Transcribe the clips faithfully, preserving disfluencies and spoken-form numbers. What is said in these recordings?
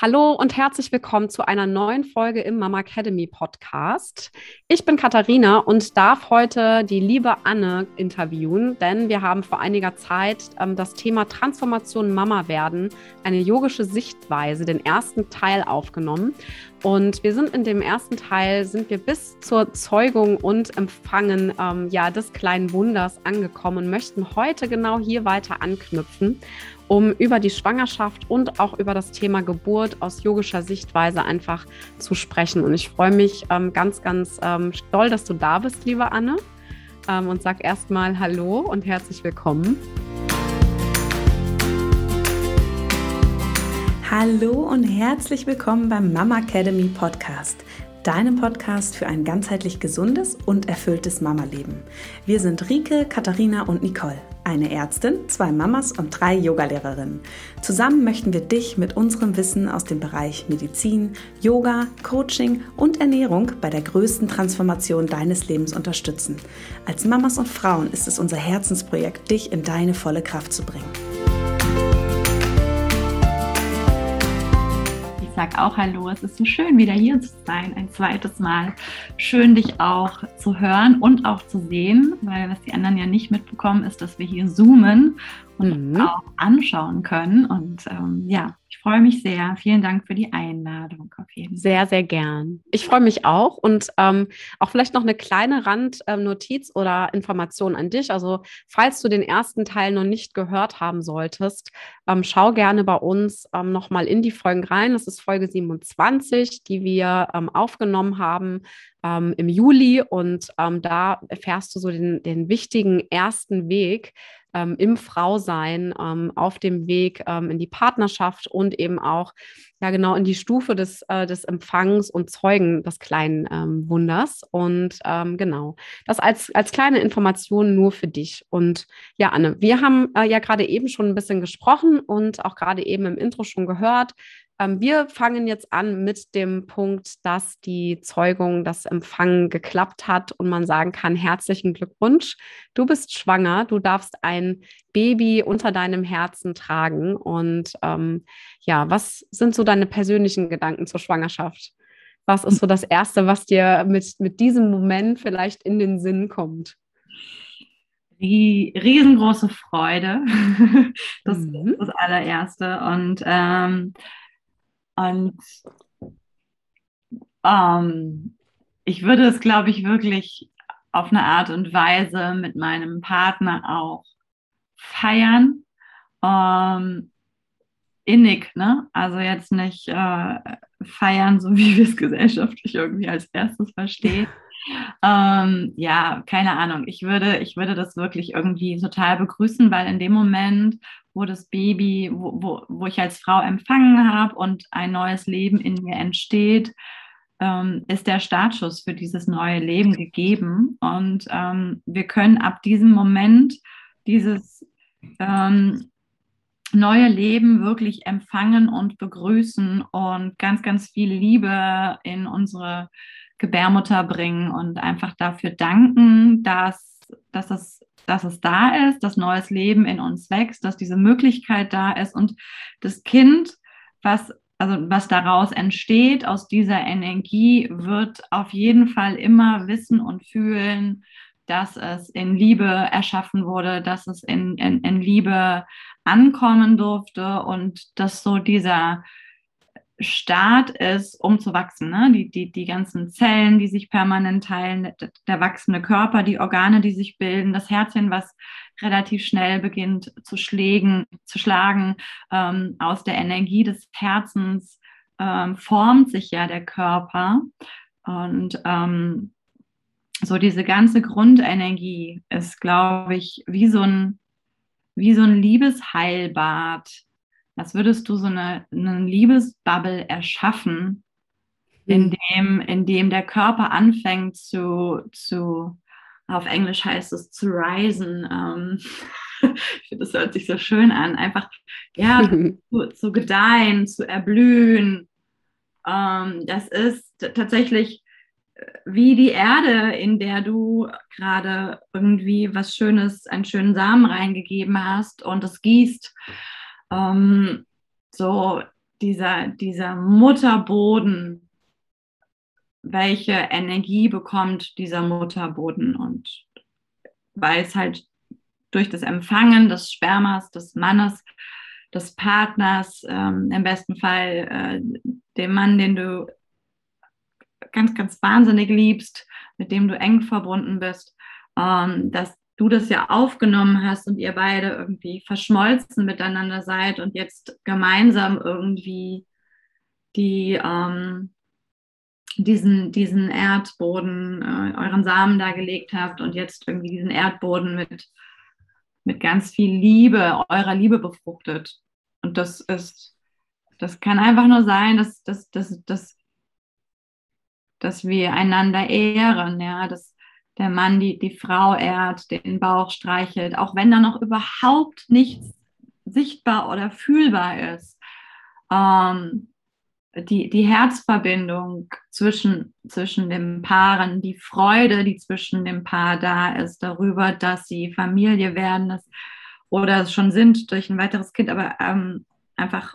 Hallo und herzlich willkommen zu einer neuen Folge im Mama Academy Podcast. Ich bin Katharina und darf heute die liebe Anne interviewen, denn wir haben vor einiger Zeit ähm, das Thema Transformation Mama werden, eine yogische Sichtweise, den ersten Teil aufgenommen. Und wir sind in dem ersten Teil, sind wir bis zur Zeugung und Empfangen ähm, ja, des kleinen Wunders angekommen und möchten heute genau hier weiter anknüpfen, um über die Schwangerschaft und auch über das Thema Geburt aus yogischer Sichtweise einfach zu sprechen. Und ich freue mich ähm, ganz, ganz ähm, doll, dass du da bist, liebe Anne. Ähm, und sag erstmal Hallo und herzlich willkommen. Hallo und herzlich willkommen beim Mama Academy Podcast, deinem Podcast für ein ganzheitlich gesundes und erfülltes Mama-Leben. Wir sind Rike, Katharina und Nicole, eine Ärztin, zwei Mamas und drei Yogalehrerinnen. Zusammen möchten wir dich mit unserem Wissen aus dem Bereich Medizin, Yoga, Coaching und Ernährung bei der größten Transformation deines Lebens unterstützen. Als Mamas und Frauen ist es unser Herzensprojekt, dich in deine volle Kraft zu bringen. Ich sage auch Hallo, es ist so schön, wieder hier zu sein, ein zweites Mal. Schön, dich auch zu hören und auch zu sehen, weil was die anderen ja nicht mitbekommen, ist, dass wir hier zoomen und mhm. auch anschauen können. Und ähm, ja, ich freue mich sehr. Vielen Dank für die Einladung auf jeden Fall. Sehr, sehr gern. Ich freue mich auch und ähm, auch vielleicht noch eine kleine Randnotiz ähm, oder Information an dich. Also falls du den ersten Teil noch nicht gehört haben solltest, ähm, schau gerne bei uns ähm, nochmal in die Folgen rein. Das ist Folge siebenundzwanzig, die wir ähm, aufgenommen haben ähm, im Juli und ähm, da erfährst du so den, den wichtigen ersten Weg ähm, im Frausein, ähm, auf dem Weg ähm, in die Partnerschaft und eben auch ja genau in die Stufe des, äh, des Empfangs und Zeugen des kleinen ähm, Wunders. Und ähm, genau, das als, als kleine Information nur für dich. Und ja, Anne, wir haben äh, ja gerade eben schon ein bisschen gesprochen und auch gerade eben im Intro schon gehört. Ähm, wir fangen jetzt an mit dem Punkt, dass die Zeugung, das Empfangen geklappt hat und man sagen kann, herzlichen Glückwunsch. Du bist schwanger, du darfst ein Baby unter deinem Herzen tragen. Und ähm, ja, was sind so deine persönlichen Gedanken zur Schwangerschaft? Was ist so das Erste, was dir mit, mit diesem Moment vielleicht in den Sinn kommt? Die riesengroße Freude, das Mhm. ist das allererste. Und, ähm, und ähm, ich würde es, glaube ich, wirklich auf eine Art und Weise mit meinem Partner auch feiern. Ähm, innig, ne? Also jetzt nicht äh, feiern, so wie wir es gesellschaftlich irgendwie als erstes verstehen. ähm, ja, keine Ahnung. Ich würde, ich würde das wirklich irgendwie total begrüßen, weil in dem Moment, wo das Baby, wo, wo, wo ich als Frau empfangen habe und ein neues Leben in mir entsteht, ähm, ist der Startschuss für dieses neue Leben gegeben. Und ähm, wir können ab diesem Moment dieses ähm, neue Leben wirklich empfangen und begrüßen und ganz, ganz viel Liebe in unsere Gebärmutter bringen und einfach dafür danken, dass, dass, es, dass es da ist, dass neues Leben in uns wächst, dass diese Möglichkeit da ist und das Kind, was, also was daraus entsteht, aus dieser Energie, wird auf jeden Fall immer wissen und fühlen, dass es in Liebe erschaffen wurde, dass es in, in, in Liebe ankommen durfte und dass so dieser Start ist, um zu wachsen. Ne? Die, die, die ganzen Zellen, die sich permanent teilen, der, der wachsende Körper, die Organe, die sich bilden, das Herzchen, was relativ schnell beginnt zu, schlägen, zu schlagen. Ähm, aus der Energie des Herzens ähm, formt sich ja der Körper. Und ähm, so diese ganze Grundenergie ist, glaube ich, wie so ein, wie so ein Liebesheilbad. Als würdest du so eine, eine Liebesbubble erschaffen, in dem, in dem der Körper anfängt zu, zu, auf Englisch heißt es zu risen. Ähm, ich finde, das hört sich so schön an. Einfach, ja, zu, zu gedeihen, zu erblühen. Ähm, das ist tatsächlich wie die Erde, in der du gerade irgendwie was Schönes, einen schönen Samen reingegeben hast und es gießt. Ähm, so dieser, dieser Mutterboden, welche Energie bekommt dieser Mutterboden? Und weil es halt durch das Empfangen des Spermas des Mannes, des Partners, ähm, im besten Fall äh, dem Mann, den du ganz, ganz wahnsinnig liebst, mit dem du eng verbunden bist, ähm, dass du das ja aufgenommen hast und ihr beide irgendwie verschmolzen miteinander seid und jetzt gemeinsam irgendwie die, ähm, diesen, diesen Erdboden, äh, euren Samen da gelegt habt und jetzt irgendwie diesen Erdboden mit, mit ganz viel Liebe, eurer Liebe befruchtet. Und das ist, das kann einfach nur sein, dass, dass, dass, dass, dass wir einander ehren, ja, dass der Mann die, die Frau ehrt, den Bauch streichelt, auch wenn da noch überhaupt nichts sichtbar oder fühlbar ist. Ähm, die, die Herzverbindung zwischen, zwischen den Paaren, die Freude, die zwischen dem Paar da ist, darüber, dass sie Familie werden ist, oder schon sind durch ein weiteres Kind, aber ähm, einfach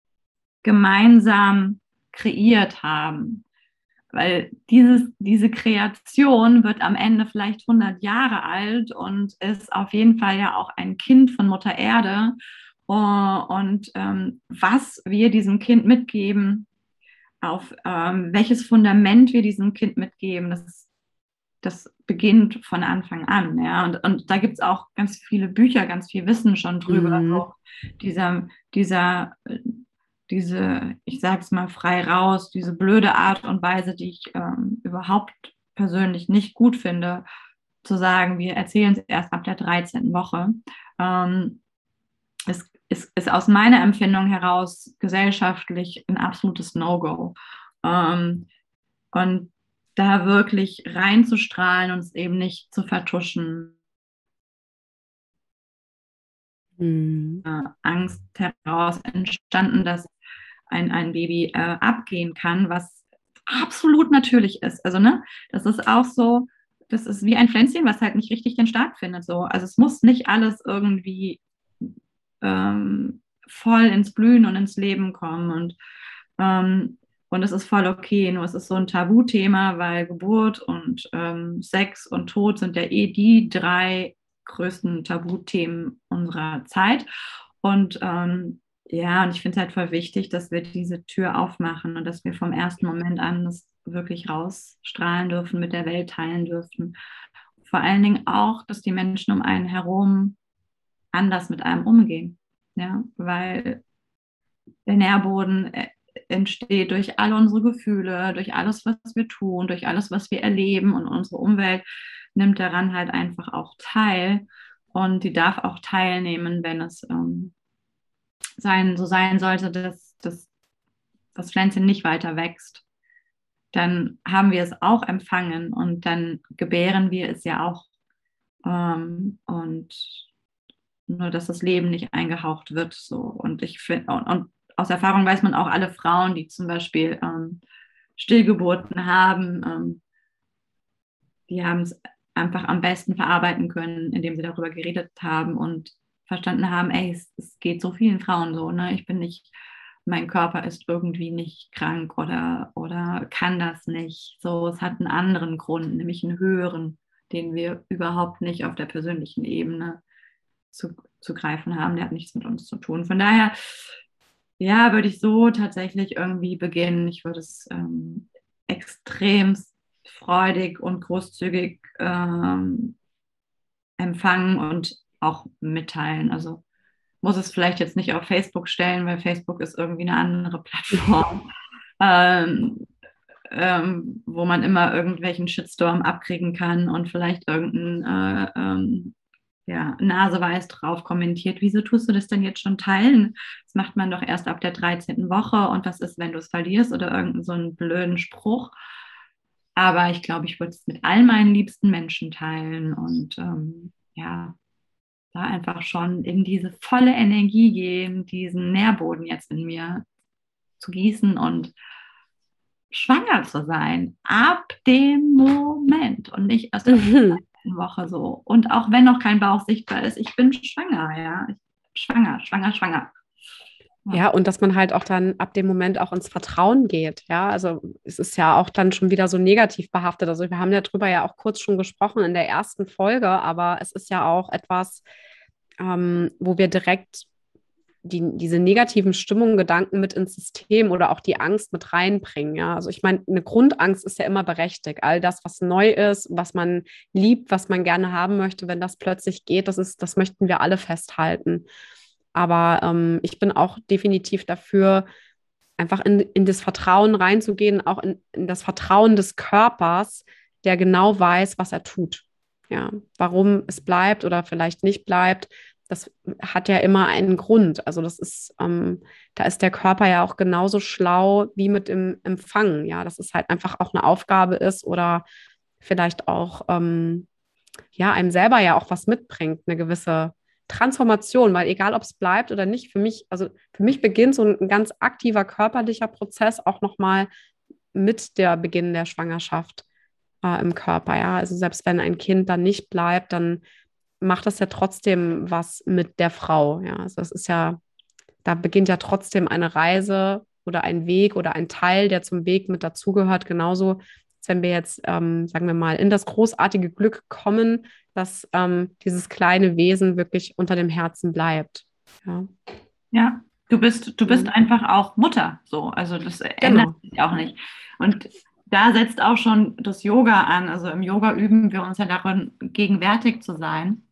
gemeinsam kreiert haben. Weil dieses, diese Kreation wird am Ende vielleicht hundert Jahre alt und ist auf jeden Fall ja auch ein Kind von Mutter Erde. Und ähm, was wir diesem Kind mitgeben, auf ähm, welches Fundament wir diesem Kind mitgeben, das, das beginnt von Anfang an. Ja? Und, und da gibt es auch ganz viele Bücher, ganz viel Wissen schon drüber. Mhm. Auch dieser, dieser, diese, ich sage es mal frei raus, diese blöde Art und Weise, die ich ähm, überhaupt persönlich nicht gut finde, zu sagen, wir erzählen es erst ab der dreizehnten Woche. Ähm, es ist, ist aus meiner Empfindung heraus gesellschaftlich ein absolutes No-Go. Ähm, und da wirklich reinzustrahlen und es eben nicht zu vertuschen. Mhm. Äh, Angst heraus entstanden, dass ein, ein Baby äh, abgehen kann, was absolut natürlich ist. Also, ne, das ist auch so, das ist wie ein Pflänzchen, was halt nicht richtig den Start findet. So. Also es muss nicht alles irgendwie ähm, voll ins Blühen und ins Leben kommen. Und, ähm, und es ist voll okay, nur es ist so ein Tabuthema, weil Geburt und ähm, Sex und Tod sind ja eh die drei größten Tabuthemen unserer Zeit. Und ähm, ja, und ich finde es halt voll wichtig, dass wir diese Tür aufmachen und dass wir vom ersten Moment an das wirklich rausstrahlen dürfen, mit der Welt teilen dürfen. Vor allen Dingen auch, dass die Menschen um einen herum anders mit einem umgehen. Ja, weil der Nährboden entsteht durch all unsere Gefühle, durch alles, was wir tun, durch alles, was wir erleben, und unsere Umwelt nimmt daran halt einfach auch teil, und die darf auch teilnehmen, wenn es ähm, sein, so sein sollte, dass, dass das Pflänzchen nicht weiter wächst. Dann haben wir es auch empfangen und dann gebären wir es ja auch. Ähm, und nur, dass das Leben nicht eingehaucht wird. So. Und ich finde, und, und aus Erfahrung weiß man auch, alle Frauen, die zum Beispiel ähm, Stillgeburten haben, ähm, die haben es einfach am besten verarbeiten können, indem sie darüber geredet haben und verstanden haben, ey, es, es geht so vielen Frauen so, ne? Ich bin nicht, mein Körper ist irgendwie nicht krank oder, oder kann das nicht. So, es hat einen anderen Grund, nämlich einen höheren, den wir überhaupt nicht auf der persönlichen Ebene zu, zu greifen haben. Der hat nichts mit uns zu tun. Von daher, ja, würde ich so tatsächlich irgendwie beginnen. Ich würde es ähm, extrem freudig und großzügig ähm, empfangen und auch mitteilen. Also muss es vielleicht jetzt nicht auf Facebook stellen, weil Facebook ist irgendwie eine andere Plattform, ähm, ähm, wo man immer irgendwelchen Shitstorm abkriegen kann und vielleicht irgendein äh, ähm, ja, naseweiß drauf kommentiert, wieso tust du das denn jetzt schon teilen? Das macht man doch erst ab der dreizehnten Woche, und was ist, wenn du es verlierst, oder irgendeinen so einen blöden Spruch. Aber ich glaube, ich würde es mit all meinen liebsten Menschen teilen und ähm, ja, da einfach schon in diese volle Energie gehen, diesen Nährboden jetzt in mir zu gießen und schwanger zu sein. Ab dem Moment und nicht erst ab der Woche so. Und auch wenn noch kein Bauch sichtbar ist, ich bin schwanger, ja. Ich bin schwanger, schwanger, schwanger. Ja, und dass man halt auch dann ab dem Moment auch ins Vertrauen geht. Ja, also es ist ja auch dann schon wieder so negativ behaftet. Also wir haben ja drüber ja auch kurz schon gesprochen in der ersten Folge, aber es ist ja auch etwas, ähm, wo wir direkt die, diese negativen Stimmungen, Gedanken mit ins System oder auch die Angst mit reinbringen. Ja, also ich meine, eine Grundangst ist ja immer berechtigt. All das, was neu ist, was man liebt, was man gerne haben möchte, wenn das plötzlich geht, das ist, das möchten wir alle festhalten. Aber ähm, ich bin auch definitiv dafür, einfach in, in das Vertrauen reinzugehen, auch in, in das Vertrauen des Körpers, der genau weiß, was er tut. Ja, warum es bleibt oder vielleicht nicht bleibt, das hat ja immer einen Grund. Also das ist, ähm, da ist der Körper ja auch genauso schlau wie mit dem Empfangen. Ja, dass es halt einfach auch eine Aufgabe ist oder vielleicht auch, ähm, ja, einem selber ja auch was mitbringt, eine gewisse Transformation, weil egal, ob es bleibt oder nicht, für mich, also für mich beginnt so ein, ein ganz aktiver körperlicher Prozess auch nochmal mit der Beginn der Schwangerschaft äh, im Körper. Ja, also selbst wenn ein Kind dann nicht bleibt, dann macht das ja trotzdem was mit der Frau. Ja, also das ist ja, da beginnt ja trotzdem eine Reise oder ein Weg oder ein Teil, der zum Weg mit dazugehört, genauso als wenn wir jetzt, ähm, sagen wir mal, in das großartige Glück kommen, dass ähm, dieses kleine Wesen wirklich unter dem Herzen bleibt. Ja, Ja, du bist, du bist Mhm. einfach auch Mutter, so. Also das ändert Genau. sich auch nicht. Und da setzt auch schon das Yoga an. Also im Yoga üben wir uns ja darin, gegenwärtig zu sein.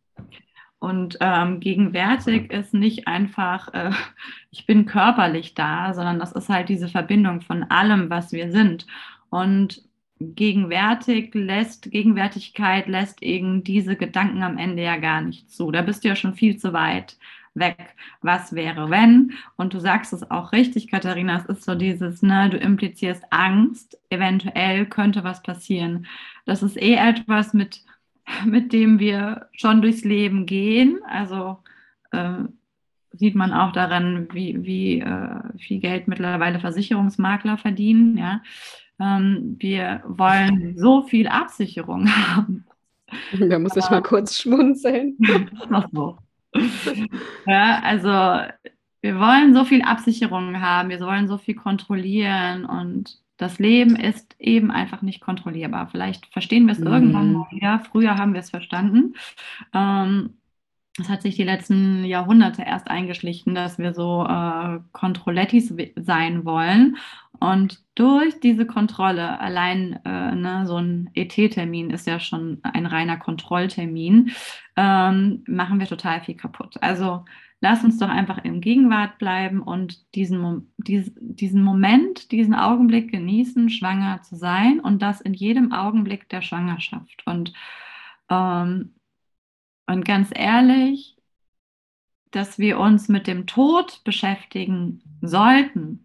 Und ähm, gegenwärtig ist nicht einfach, äh, ich bin körperlich da, sondern das ist halt diese Verbindung von allem, was wir sind. Und gegenwärtig lässt, Gegenwärtigkeit lässt eben diese Gedanken am Ende ja gar nicht zu. Da bist du ja schon viel zu weit weg. Was wäre, wenn? Und du sagst es auch richtig, Katharina, es ist so dieses, ne, du implizierst Angst, eventuell könnte was passieren. Das ist eh etwas, mit mit dem wir schon durchs Leben gehen. Also äh, sieht man auch daran, wie, wie äh, viel Geld mittlerweile Versicherungsmakler verdienen. Ja? Ähm, wir wollen so viel Absicherung haben. Da muss ich mal kurz schmunzeln. Ach so. Ja, also wir wollen so viel Absicherung haben, wir wollen so viel kontrollieren und das Leben ist eben einfach nicht kontrollierbar. Vielleicht verstehen wir es irgendwann mal Mhm. wieder. Früher haben wir es verstanden. Ähm, es hat sich die letzten Jahrhunderte erst eingeschlichen, dass wir so äh, Kontrollettis sein wollen. Und durch diese Kontrolle, allein äh, ne, so ein E T-Termin ist ja schon ein reiner Kontrolltermin, ähm, machen wir total viel kaputt. Also lass uns doch einfach im Gegenwart bleiben und diesen, dies, diesen Moment, diesen Augenblick genießen, schwanger zu sein und das in jedem Augenblick der Schwangerschaft. Und, ähm, und ganz ehrlich, dass wir uns mit dem Tod beschäftigen sollten,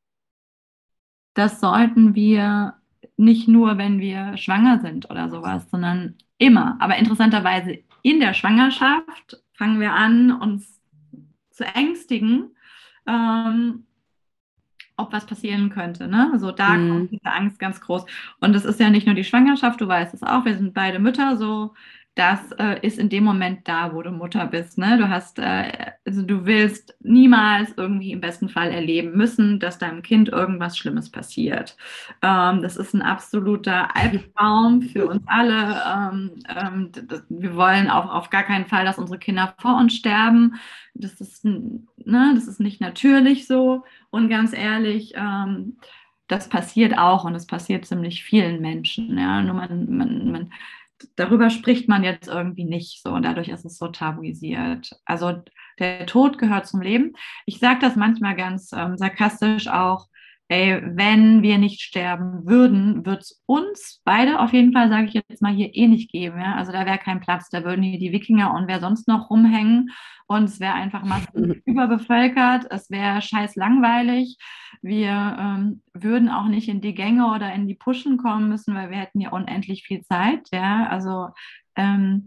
das sollten wir nicht nur, wenn wir schwanger sind oder sowas, sondern immer. Aber interessanterweise in der Schwangerschaft fangen wir an, uns zu ängstigen, ähm, ob was passieren könnte. Ne? Also da kommt Mhm. diese Angst ganz groß. Und es ist ja nicht nur die Schwangerschaft, du weißt es auch, wir sind beide Mütter, so das äh, ist in dem Moment da, wo du Mutter bist. Ne? Du hast, äh, also du willst niemals irgendwie im besten Fall erleben müssen, dass deinem Kind irgendwas Schlimmes passiert. Ähm, das ist ein absoluter Albtraum für uns alle. Ähm, ähm, das, wir wollen auch auf gar keinen Fall, dass unsere Kinder vor uns sterben. Das ist, ne, das ist nicht natürlich so. Und ganz ehrlich, ähm, das passiert auch und es passiert ziemlich vielen Menschen. Ja? Nur man, man, man darüber spricht man jetzt irgendwie nicht so und dadurch ist es so tabuisiert. Also der Tod gehört zum Leben. Ich sage das manchmal ganz ähm, sarkastisch auch, ey, wenn wir nicht sterben würden, wird es uns beide auf jeden Fall, sage ich jetzt mal, hier eh nicht geben. Ja? Also da wäre kein Platz, da würden hier die Wikinger und wer sonst noch rumhängen und es wäre einfach massiv überbevölkert, es wäre scheiß langweilig. Wir ähm, würden auch nicht in die Gänge oder in die Pushen kommen müssen, weil wir hätten ja unendlich viel Zeit. Ja, also ähm,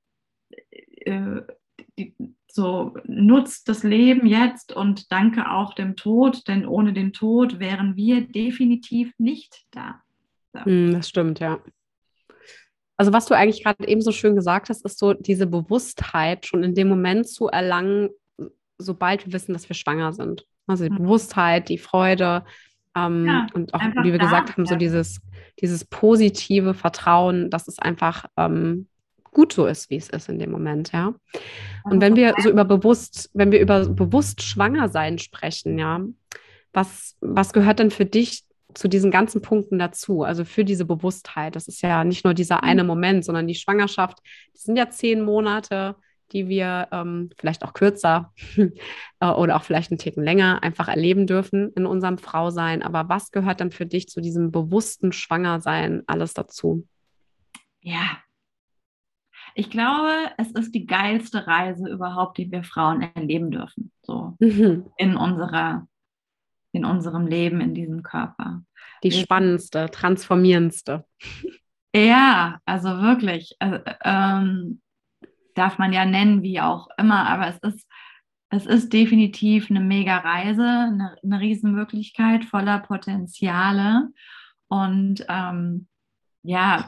äh, die, so nutzt das Leben jetzt und danke auch dem Tod, denn ohne den Tod wären wir definitiv nicht da. So. Mhm, das stimmt, ja. Also was du eigentlich gerade eben so schön gesagt hast, ist so diese Bewusstheit schon in dem Moment zu erlangen, sobald wir wissen, dass wir schwanger sind. Also die Bewusstheit, die Freude ähm, Ja, und auch, einfach wie wir da gesagt haben, so sein. dieses, dieses positive Vertrauen, dass es einfach ähm, gut so ist, wie es ist in dem Moment, ja. Und Einfach wenn so wir so über bewusst, wenn wir über bewusst schwanger sein sprechen, ja, was, was gehört denn für dich zu diesen ganzen Punkten dazu? Also für diese Bewusstheit. Das ist ja nicht nur dieser eine Moment, sondern die Schwangerschaft, das sind ja zehn Monate, die wir ähm, vielleicht auch kürzer äh, oder auch vielleicht einen Ticken länger einfach erleben dürfen in unserem Frausein. Aber was gehört dann für dich zu diesem bewussten Schwangersein alles dazu? Ja, ich glaube, es ist die geilste Reise überhaupt, die wir Frauen erleben dürfen. So Mhm. in unserer, in unserem Leben, in diesem Körper. Die Wir, spannendste, transformierendste. ja, also wirklich, äh, ähm, darf man ja nennen, wie auch immer, aber es ist, es ist definitiv eine mega Reise, eine, eine Riesenmöglichkeit voller Potenziale. Und ähm, ja,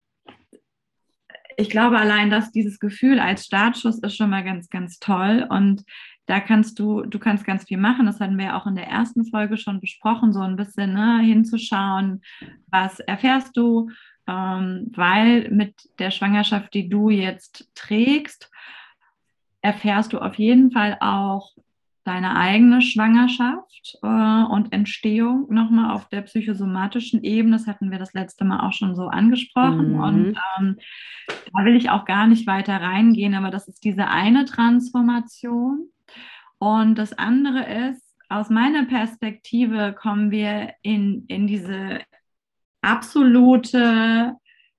ich glaube allein, dass dieses Gefühl als Startschuss ist schon mal ganz, ganz toll. Und da kannst du, du kannst ganz viel machen. Das hatten wir ja auch in der ersten Folge schon besprochen, so ein bisschen ne, hinzuschauen, was erfährst du, ähm, weil mit der Schwangerschaft, die du jetzt trägst, erfährst du auf jeden Fall auch deine eigene Schwangerschaft äh, und Entstehung nochmal auf der psychosomatischen Ebene. Das hatten wir das letzte Mal auch schon so angesprochen. Und Mhm. ähm, da will ich auch gar nicht weiter reingehen, aber das ist diese eine Transformation. Und das andere ist, aus meiner Perspektive kommen wir in, in diese absolute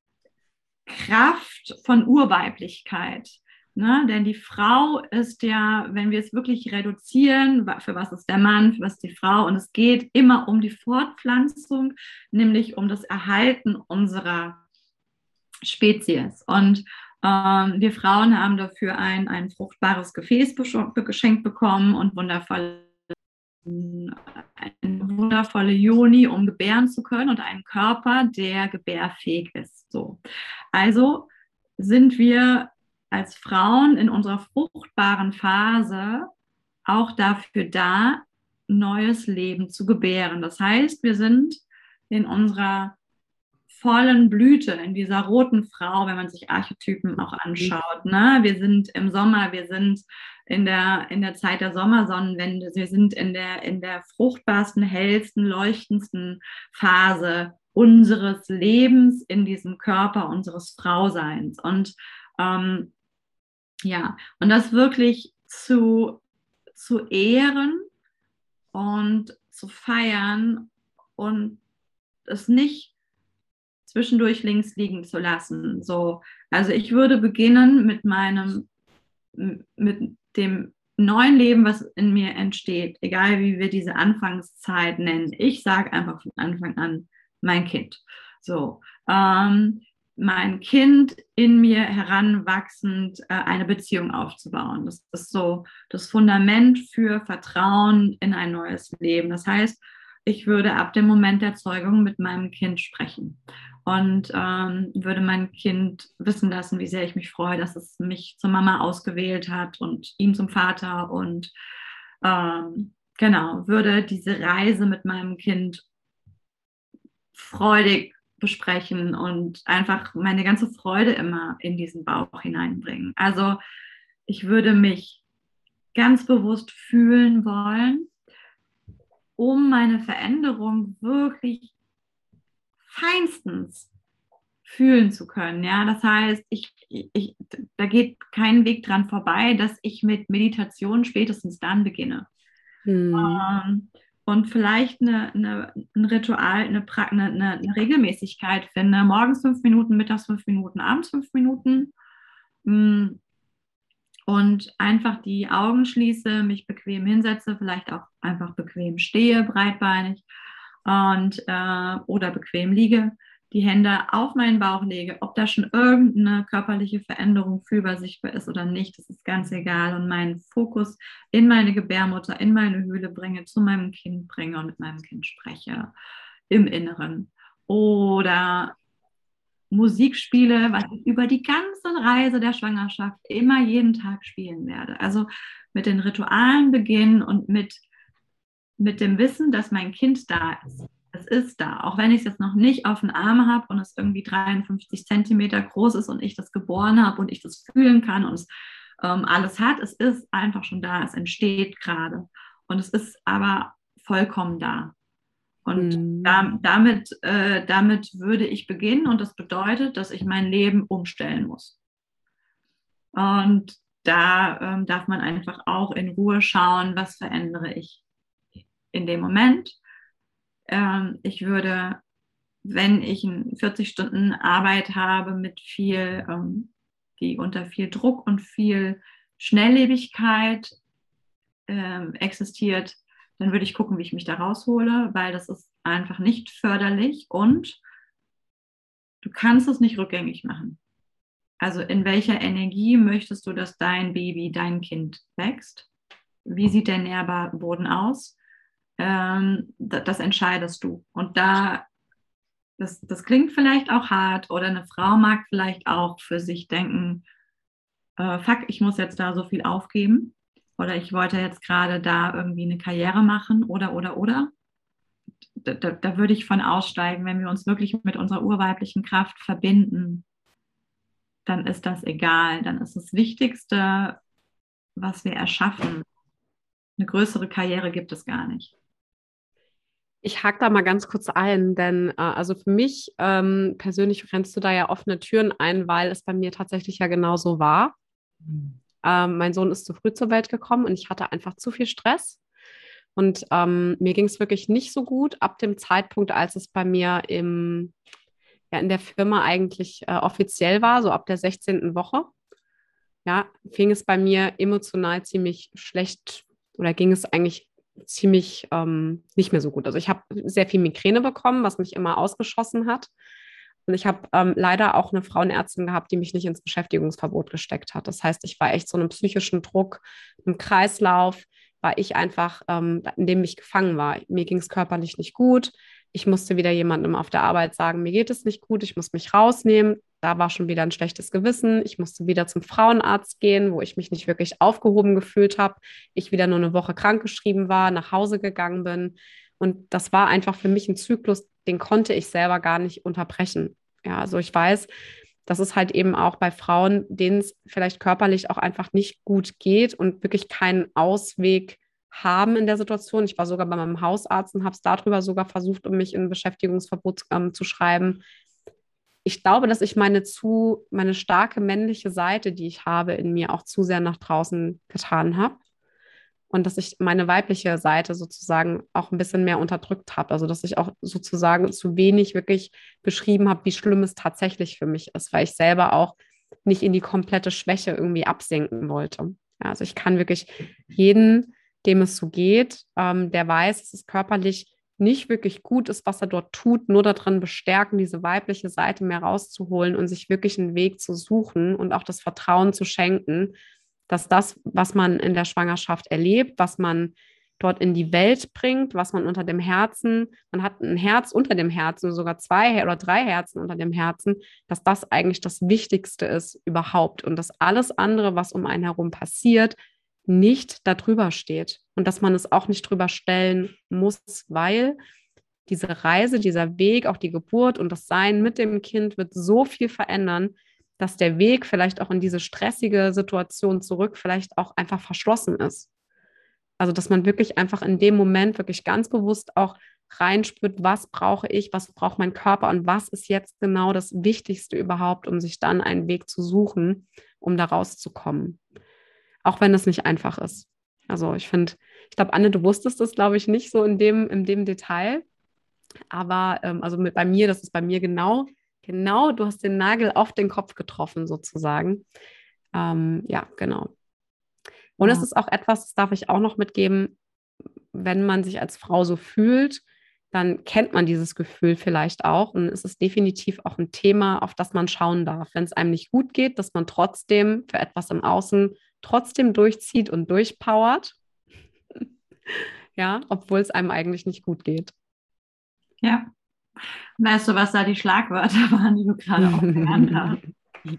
Kraft von Urweiblichkeit. Ne? Denn die Frau ist ja, wenn wir es wirklich reduzieren, für was ist der Mann, für was ist die Frau, und es geht immer um die Fortpflanzung, nämlich um das Erhalten unserer Spezies. Und ähm, wir Frauen haben dafür ein, ein fruchtbares Gefäß geschenkt bekommen und wundervolle eine wundervolle Joni, um gebären zu können, und einen Körper, der gebärfähig ist. So. Also sind wir als Frauen in unserer fruchtbaren Phase auch dafür da, neues Leben zu gebären. Das heißt, wir sind in unserer vollen Blüte, in dieser roten Frau, wenn man sich Archetypen auch anschaut. Ne? Wir sind im Sommer, wir sind in der, in der Zeit der Sommersonnenwende, wir sind in der, in der fruchtbarsten, hellsten, leuchtendsten Phase unseres Lebens in diesem Körper, unseres Frauseins. Und ähm, ja, und das wirklich zu, zu ehren und zu feiern und es nicht zwischendurch links liegen zu lassen. So, also ich würde beginnen mit meinem, mit dem neuen Leben, was in mir entsteht, egal wie wir diese Anfangszeit nennen. Ich sage einfach von Anfang an mein Kind. So, ähm, mein Kind in mir heranwachsend äh, eine Beziehung aufzubauen. Das ist so das Fundament für Vertrauen in ein neues Leben. Das heißt, ich würde ab dem Moment der Zeugung mit meinem Kind sprechen und ähm, würde mein Kind wissen lassen, wie sehr ich mich freue, dass es mich zur Mama ausgewählt hat und ihn zum Vater, und ähm, genau, würde diese Reise mit meinem Kind freudig besprechen und einfach meine ganze Freude immer in diesen Bauch hineinbringen. Also ich würde mich ganz bewusst fühlen wollen, um meine Veränderung wirklich feinstens fühlen zu können. Ja, das heißt, ich, ich, da geht kein Weg dran vorbei, dass ich mit Meditation spätestens dann beginne. Mhm. Ähm, und vielleicht eine, eine, ein Ritual, eine, eine, eine Regelmäßigkeit finde. Morgens fünf Minuten, mittags fünf Minuten, abends fünf Minuten. Und einfach die Augen schließe, mich bequem hinsetze, vielleicht auch einfach bequem stehe, breitbeinig, und, äh, oder bequem liege, die Hände auf meinen Bauch lege, ob da schon irgendeine körperliche Veränderung fühlbar sichtbar ist oder nicht, das ist ganz egal, und meinen Fokus in meine Gebärmutter, in meine Höhle bringe, zu meinem Kind bringe und mit meinem Kind spreche im Inneren. Oder Musik spiele, was ich über die ganze Reise der Schwangerschaft immer jeden Tag spielen werde. Also mit den Ritualen beginnen und mit mit dem Wissen, dass mein Kind da ist. Es ist da, auch wenn ich es jetzt noch nicht auf den Arm habe und es irgendwie dreiundfünfzig Zentimeter groß ist und ich das geboren habe und ich das fühlen kann und es ähm, alles hat. Es ist einfach schon da, es entsteht gerade und es ist aber vollkommen da. Und Mhm. da, damit, äh, damit würde ich beginnen und das bedeutet, dass ich mein Leben umstellen muss. Und da ähm, darf man einfach auch in Ruhe schauen, was verändere ich in dem Moment. Ähm, ich würde, wenn ich eine vierzig Stunden Arbeit habe mit viel, ähm, die unter viel Druck und viel Schnelllebigkeit ähm, existiert, dann würde ich gucken, wie ich mich da raushole, weil das ist einfach nicht förderlich und du kannst es nicht rückgängig machen. Also in welcher Energie möchtest du, dass dein Baby, dein Kind wächst? Wie sieht der Nährboden aus? Ähm, das, das entscheidest du. Und da, das, das klingt vielleicht auch hart oder eine Frau mag vielleicht auch für sich denken, äh, fuck, ich muss jetzt da so viel aufgeben oder ich wollte jetzt gerade da irgendwie eine Karriere machen oder, oder, oder. Da, da, da würde ich von aussteigen, wenn wir uns wirklich mit unserer urweiblichen Kraft verbinden, dann ist das egal. Dann ist das Wichtigste, was wir erschaffen. Eine größere Karriere gibt es gar nicht. Ich hake da mal ganz kurz ein, denn äh, also für mich ähm, persönlich rennst du da ja offene Türen ein, weil es bei mir tatsächlich ja genauso war. Mhm. Ähm, mein Sohn ist zu früh zur Welt gekommen und ich hatte einfach zu viel Stress. Und ähm, mir ging es wirklich nicht so gut ab dem Zeitpunkt, als es bei mir im, ja, in der Firma eigentlich äh, offiziell war, so ab der sechzehnten Woche. Ja, fing es bei mir emotional ziemlich schlecht oder ging es eigentlich ziemlich ähm, nicht mehr so gut. Also ich habe sehr viel Migräne bekommen, was mich immer ausgeschossen hat. Und ich habe ähm, leider auch eine Frauenärztin gehabt, die mich nicht ins Beschäftigungsverbot gesteckt hat. Das heißt, ich war echt so einem psychischen Druck, im Kreislauf, war ich einfach, ähm, in dem ich gefangen war. Mir ging es körperlich nicht gut. Ich musste wieder jemandem auf der Arbeit sagen, mir geht es nicht gut, ich muss mich rausnehmen. Da war schon wieder ein schlechtes Gewissen. Ich musste wieder zum Frauenarzt gehen, wo ich mich nicht wirklich aufgehoben gefühlt habe. Ich wieder nur eine Woche krankgeschrieben war, nach Hause gegangen bin. Und das war einfach für mich ein Zyklus, den konnte ich selber gar nicht unterbrechen. Ja, also ich weiß, das ist halt eben auch bei Frauen, denen es vielleicht körperlich auch einfach nicht gut geht und wirklich keinen Ausweg haben in der Situation. Ich war sogar bei meinem Hausarzt und habe es darüber sogar versucht, um mich in ein Beschäftigungsverbot ähm, zu schreiben. Ich glaube, dass ich meine zu, meine starke männliche Seite, die ich habe, in mir auch zu sehr nach draußen getan habe. Und dass ich meine weibliche Seite sozusagen auch ein bisschen mehr unterdrückt habe. Also dass ich auch sozusagen zu wenig wirklich beschrieben habe, wie schlimm es tatsächlich für mich ist, weil ich selber auch nicht in die komplette Schwäche irgendwie absinken wollte. Ja, also ich kann wirklich jeden, dem es so geht, ähm, der weiß, dass es körperlich nicht wirklich gut ist, was er dort tut, nur darin bestärken, diese weibliche Seite mehr rauszuholen und sich wirklich einen Weg zu suchen und auch das Vertrauen zu schenken, dass das, was man in der Schwangerschaft erlebt, was man dort in die Welt bringt, was man unter dem Herzen, man hat ein Herz unter dem Herzen, sogar zwei oder drei Herzen unter dem Herzen, dass das eigentlich das Wichtigste ist überhaupt und dass alles andere, was um einen herum passiert, nicht darüber steht und dass man es auch nicht drüber stellen muss, weil diese Reise, dieser Weg, auch die Geburt und das Sein mit dem Kind wird so viel verändern, dass der Weg vielleicht auch in diese stressige Situation zurück vielleicht auch einfach verschlossen ist. Also, dass man wirklich einfach in dem Moment wirklich ganz bewusst auch reinspürt, was brauche ich, was braucht mein Körper und was ist jetzt genau das Wichtigste überhaupt, um sich dann einen Weg zu suchen, um da rauszukommen. Auch wenn es nicht einfach ist. Also ich finde, ich glaube, Anne, du wusstest das, glaube ich, nicht so in dem, in dem Detail. Aber ähm, also mit, bei mir, das ist bei mir genau Genau, du hast den Nagel auf den Kopf getroffen, sozusagen. Ähm, ja, genau. Und Ja. es ist auch etwas, das darf ich auch noch mitgeben, wenn man sich als Frau so fühlt, dann kennt man dieses Gefühl vielleicht auch. Und es ist definitiv auch ein Thema, auf das man schauen darf. Wenn es einem nicht gut geht, dass man trotzdem für etwas im Außen trotzdem durchzieht und durchpowert. Ja, obwohl es einem eigentlich nicht gut geht. Ja. Weißt du, was da die Schlagwörter waren, die du gerade auch genannt hast?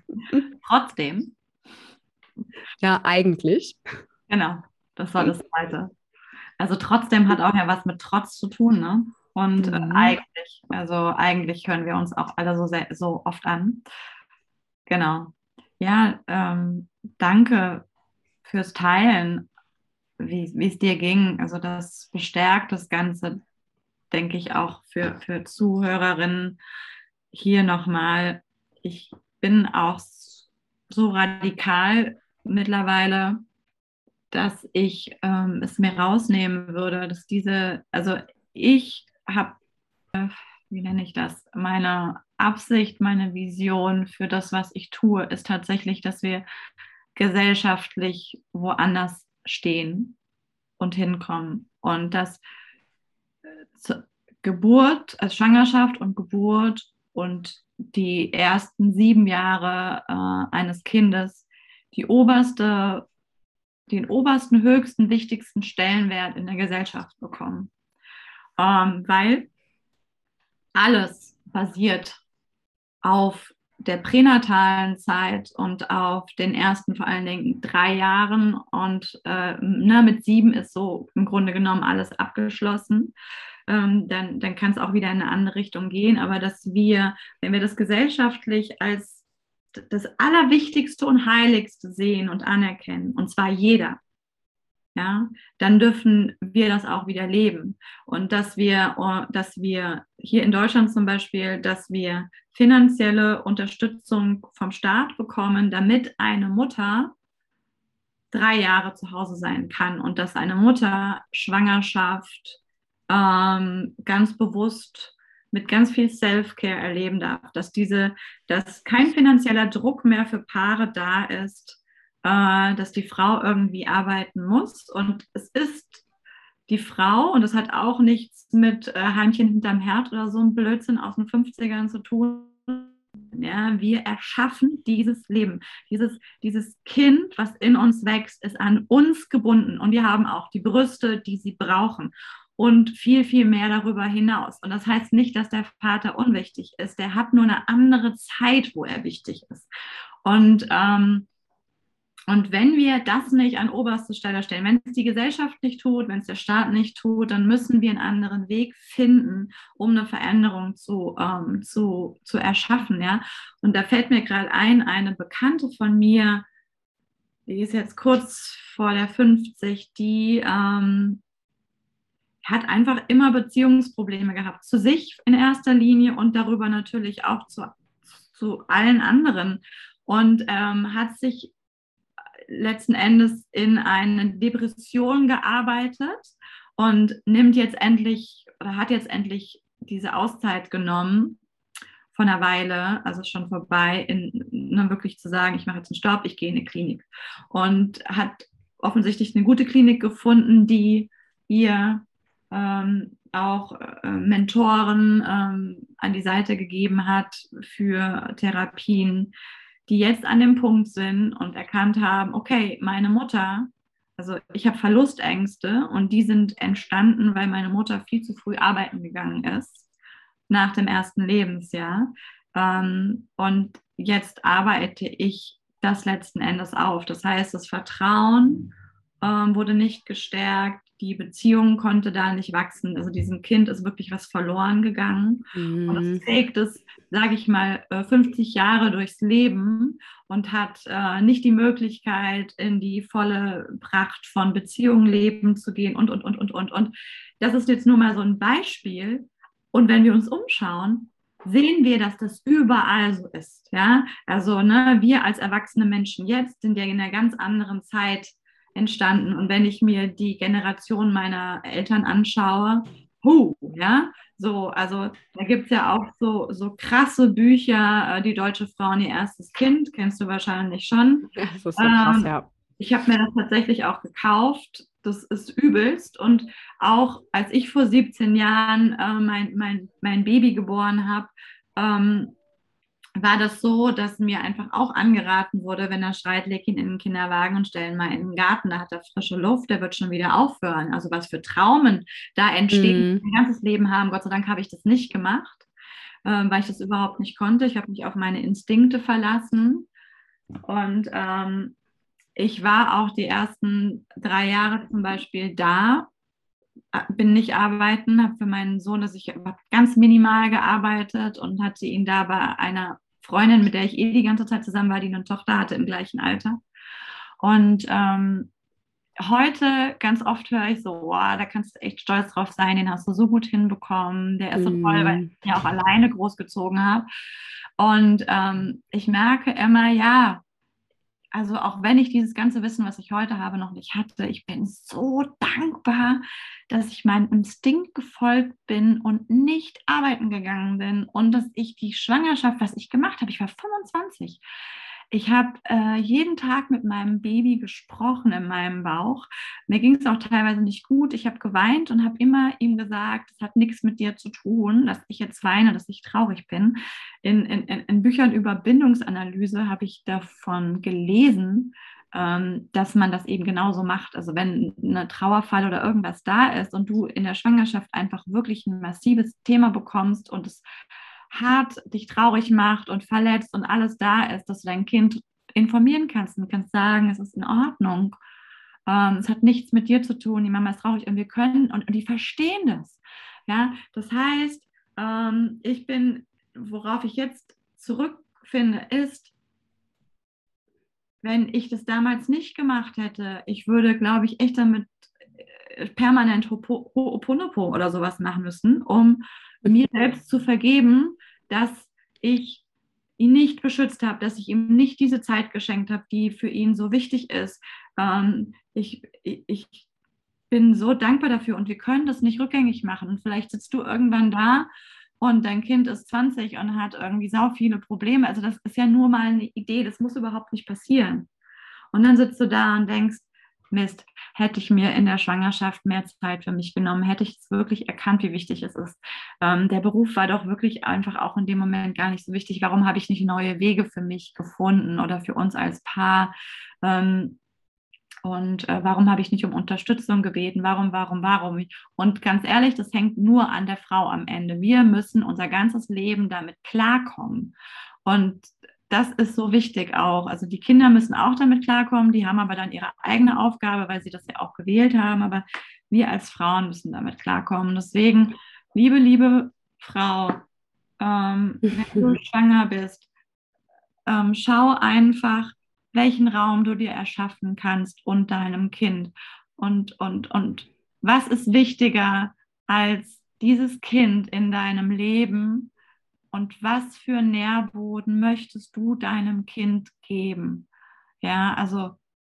Trotzdem. Ja, eigentlich. Genau, das war das Zweite. Also trotzdem hat auch ja was mit Trotz zu tun, ne? Und äh, Mhm. eigentlich, also eigentlich hören wir uns auch alle so, sehr, so oft an. Genau. Ja, ähm, danke fürs Teilen, wie wie es dir ging. Also das bestärkt das Ganze, denke ich, auch für, für Zuhörerinnen hier nochmal. Ich bin auch so radikal mittlerweile, dass ich ähm, es mir rausnehmen würde, dass diese, also ich habe, wie nenne ich das, meine Absicht, meine Vision für das, was ich tue, ist tatsächlich, dass wir gesellschaftlich woanders stehen und hinkommen. Und dass Geburt, also Schwangerschaft und Geburt und die ersten sieben Jahre äh, eines Kindes die oberste, den obersten, höchsten, wichtigsten Stellenwert in der Gesellschaft bekommen. Ähm, weil alles basiert auf der pränatalen Zeit und auf den ersten vor allen Dingen drei Jahren. Und äh, ne, mit sieben ist so im Grunde genommen alles abgeschlossen. Ähm, dann, dann kann es auch wieder in eine andere Richtung gehen. Aber dass wir, wenn wir das gesellschaftlich als das Allerwichtigste und Heiligste sehen und anerkennen, und zwar jeder, ja, dann dürfen wir das auch wieder leben. Und dass wir, dass wir hier in Deutschland zum Beispiel, dass wir finanzielle Unterstützung vom Staat bekommen, damit eine Mutter drei Jahre zu Hause sein kann und dass eine Mutter Schwangerschaft ähm, ganz bewusst mit ganz viel Self-Care erleben darf, dass diese, dass kein finanzieller Druck mehr für Paare da ist, äh, dass die Frau irgendwie arbeiten muss. Und es ist die Frau, und das hat auch nichts mit äh, Heimchen hinterm Herd oder so ein Blödsinn aus den fünfzigern zu tun. Ja, wir erschaffen dieses Leben. Dieses, dieses Kind, was in uns wächst, ist an uns gebunden. Und wir haben auch die Brüste, die sie brauchen. Und viel, viel mehr darüber hinaus. Und das heißt nicht, dass der Vater unwichtig ist. Der hat nur eine andere Zeit, wo er wichtig ist. Und ähm, Und wenn wir das nicht an oberste Stelle stellen, wenn es die Gesellschaft nicht tut, wenn es der Staat nicht tut, dann müssen wir einen anderen Weg finden, um eine Veränderung zu, ähm, zu, zu erschaffen. Ja? Und da fällt mir gerade ein, eine Bekannte von mir, die ist jetzt kurz vor der fünfzig, die ähm, hat einfach immer Beziehungsprobleme gehabt, zu sich in erster Linie und darüber natürlich auch zu, zu allen anderen. Und ähm, hat sich letzten Endes in eine Depression gearbeitet und nimmt jetzt endlich oder hat jetzt endlich diese Auszeit genommen von einer Weile, also schon vorbei, in, ne, wirklich zu sagen, ich mache jetzt einen Stopp, ich gehe in eine Klinik. Und hat offensichtlich eine gute Klinik gefunden, die ihr ähm, auch äh, Mentoren ähm, an die Seite gegeben hat für Therapien, die jetzt an dem Punkt sind und erkannt haben, okay, meine Mutter, also ich habe Verlustängste und die sind entstanden, weil meine Mutter viel zu früh arbeiten gegangen ist, nach dem ersten Lebensjahr. Ähm, und jetzt arbeite ich das letzten Endes auf. Das heißt, das Vertrauen ähm, wurde nicht gestärkt, die Beziehung konnte da nicht wachsen. Also diesem Kind ist wirklich was verloren gegangen. Mhm. Und es trägt es, sage ich mal, fünfzig Jahre durchs Leben und hat äh, nicht die Möglichkeit, in die volle Pracht von Beziehungen leben zu gehen und, und, und, und, und. Und das ist jetzt nur mal so ein Beispiel. Und wenn wir uns umschauen, sehen wir, dass das überall so ist. Ja? Also ne, wir als erwachsene Menschen jetzt sind ja in einer ganz anderen Zeit entstanden. Und wenn ich mir die Generation meiner Eltern anschaue, huh, ja, so, also da gibt es ja auch so, so krasse Bücher, Die deutsche Frau und ihr erstes Kind, kennst du wahrscheinlich schon. Ja, das ist so krass, ähm, ja. Ich habe mir das tatsächlich auch gekauft. Das ist übelst. Und auch als ich vor siebzehn Jahren äh, mein, mein, mein Baby geboren habe, ähm, war das so, dass mir einfach auch angeraten wurde, wenn er schreit, leg ihn in den Kinderwagen und stell ihn mal in den Garten, da hat er frische Luft, der wird schon wieder aufhören. Also was für Traumen da entstehen, mm. mein ganzes Leben haben. Gott sei Dank habe ich das nicht gemacht, äh, weil ich das überhaupt nicht konnte. Ich habe mich auf meine Instinkte verlassen und ähm, ich war auch die ersten drei Jahre zum Beispiel da bin nicht arbeiten, habe für meinen Sohn, dass ich hab ganz minimal gearbeitet und hatte ihn da bei einer Freundin, mit der ich eh die ganze Zeit zusammen war, die eine Tochter hatte im gleichen Alter. Und ähm, heute ganz oft höre ich so, wow, da kannst du echt stolz drauf sein, den hast du so gut hinbekommen, der ist so toll, weil ich ihn ja auch alleine großgezogen habe. Und ähm, ich merke immer, ja, also auch wenn ich dieses ganze Wissen, was ich heute habe, noch nicht hatte, ich bin so dankbar, dass ich meinem Instinkt gefolgt bin und nicht arbeiten gegangen bin und dass ich die Schwangerschaft, was ich gemacht habe, ich war fünfundzwanzig. Ich habe äh, jeden Tag mit meinem Baby gesprochen in meinem Bauch. Mir ging es auch teilweise nicht gut. Ich habe geweint und habe immer ihm gesagt, es hat nichts mit dir zu tun, dass ich jetzt weine, dass ich traurig bin. In, in, in Büchern über Bindungsanalyse habe ich davon gelesen, ähm, dass man das eben genauso macht. Also wenn eine Trauerfall oder irgendwas da ist und du in der Schwangerschaft einfach wirklich ein massives Thema bekommst und es hart dich traurig macht und verletzt und alles da ist, dass du dein Kind informieren kannst und kannst sagen, es ist in Ordnung. Ähm, es hat nichts mit dir zu tun, die Mama ist traurig und wir können, und, und die verstehen das. Ja, das heißt, ähm, ich bin, worauf ich jetzt zurückfinde, ist, wenn ich das damals nicht gemacht hätte, ich würde, glaube ich, echt damit permanent Ho'oponopo oder sowas machen müssen, um mir selbst zu vergeben, dass ich ihn nicht beschützt habe, dass ich ihm nicht diese Zeit geschenkt habe, die für ihn so wichtig ist. Ähm, ich, ich bin so dankbar dafür und wir können das nicht rückgängig machen. Und vielleicht sitzt du irgendwann da und dein Kind ist zwanzig und hat irgendwie sau viele Probleme. Also das ist ja nur mal eine Idee, das muss überhaupt nicht passieren. Und dann sitzt du da und denkst, Mist, hätte ich mir in der Schwangerschaft mehr Zeit für mich genommen, hätte ich es wirklich erkannt, wie wichtig es ist. Ähm, der Beruf war doch wirklich einfach auch in dem Moment gar nicht so wichtig. Warum habe ich nicht neue Wege für mich gefunden oder für uns als Paar? Ähm, und äh, warum habe ich nicht um Unterstützung gebeten? Warum, warum, warum? Und ganz ehrlich, das hängt nur an der Frau am Ende. Wir müssen unser ganzes Leben damit klarkommen. Und das ist so wichtig auch. Also die Kinder müssen auch damit klarkommen, die haben aber dann ihre eigene Aufgabe, weil sie das ja auch gewählt haben. Aber wir als Frauen müssen damit klarkommen. Deswegen, liebe, liebe Frau, ähm, wenn du schwanger bist, ähm, schau einfach, welchen Raum du dir erschaffen kannst und deinem Kind. Und, und, und was ist wichtiger als dieses Kind in deinem Leben? Und was für Nährboden möchtest du deinem Kind geben? Ja, also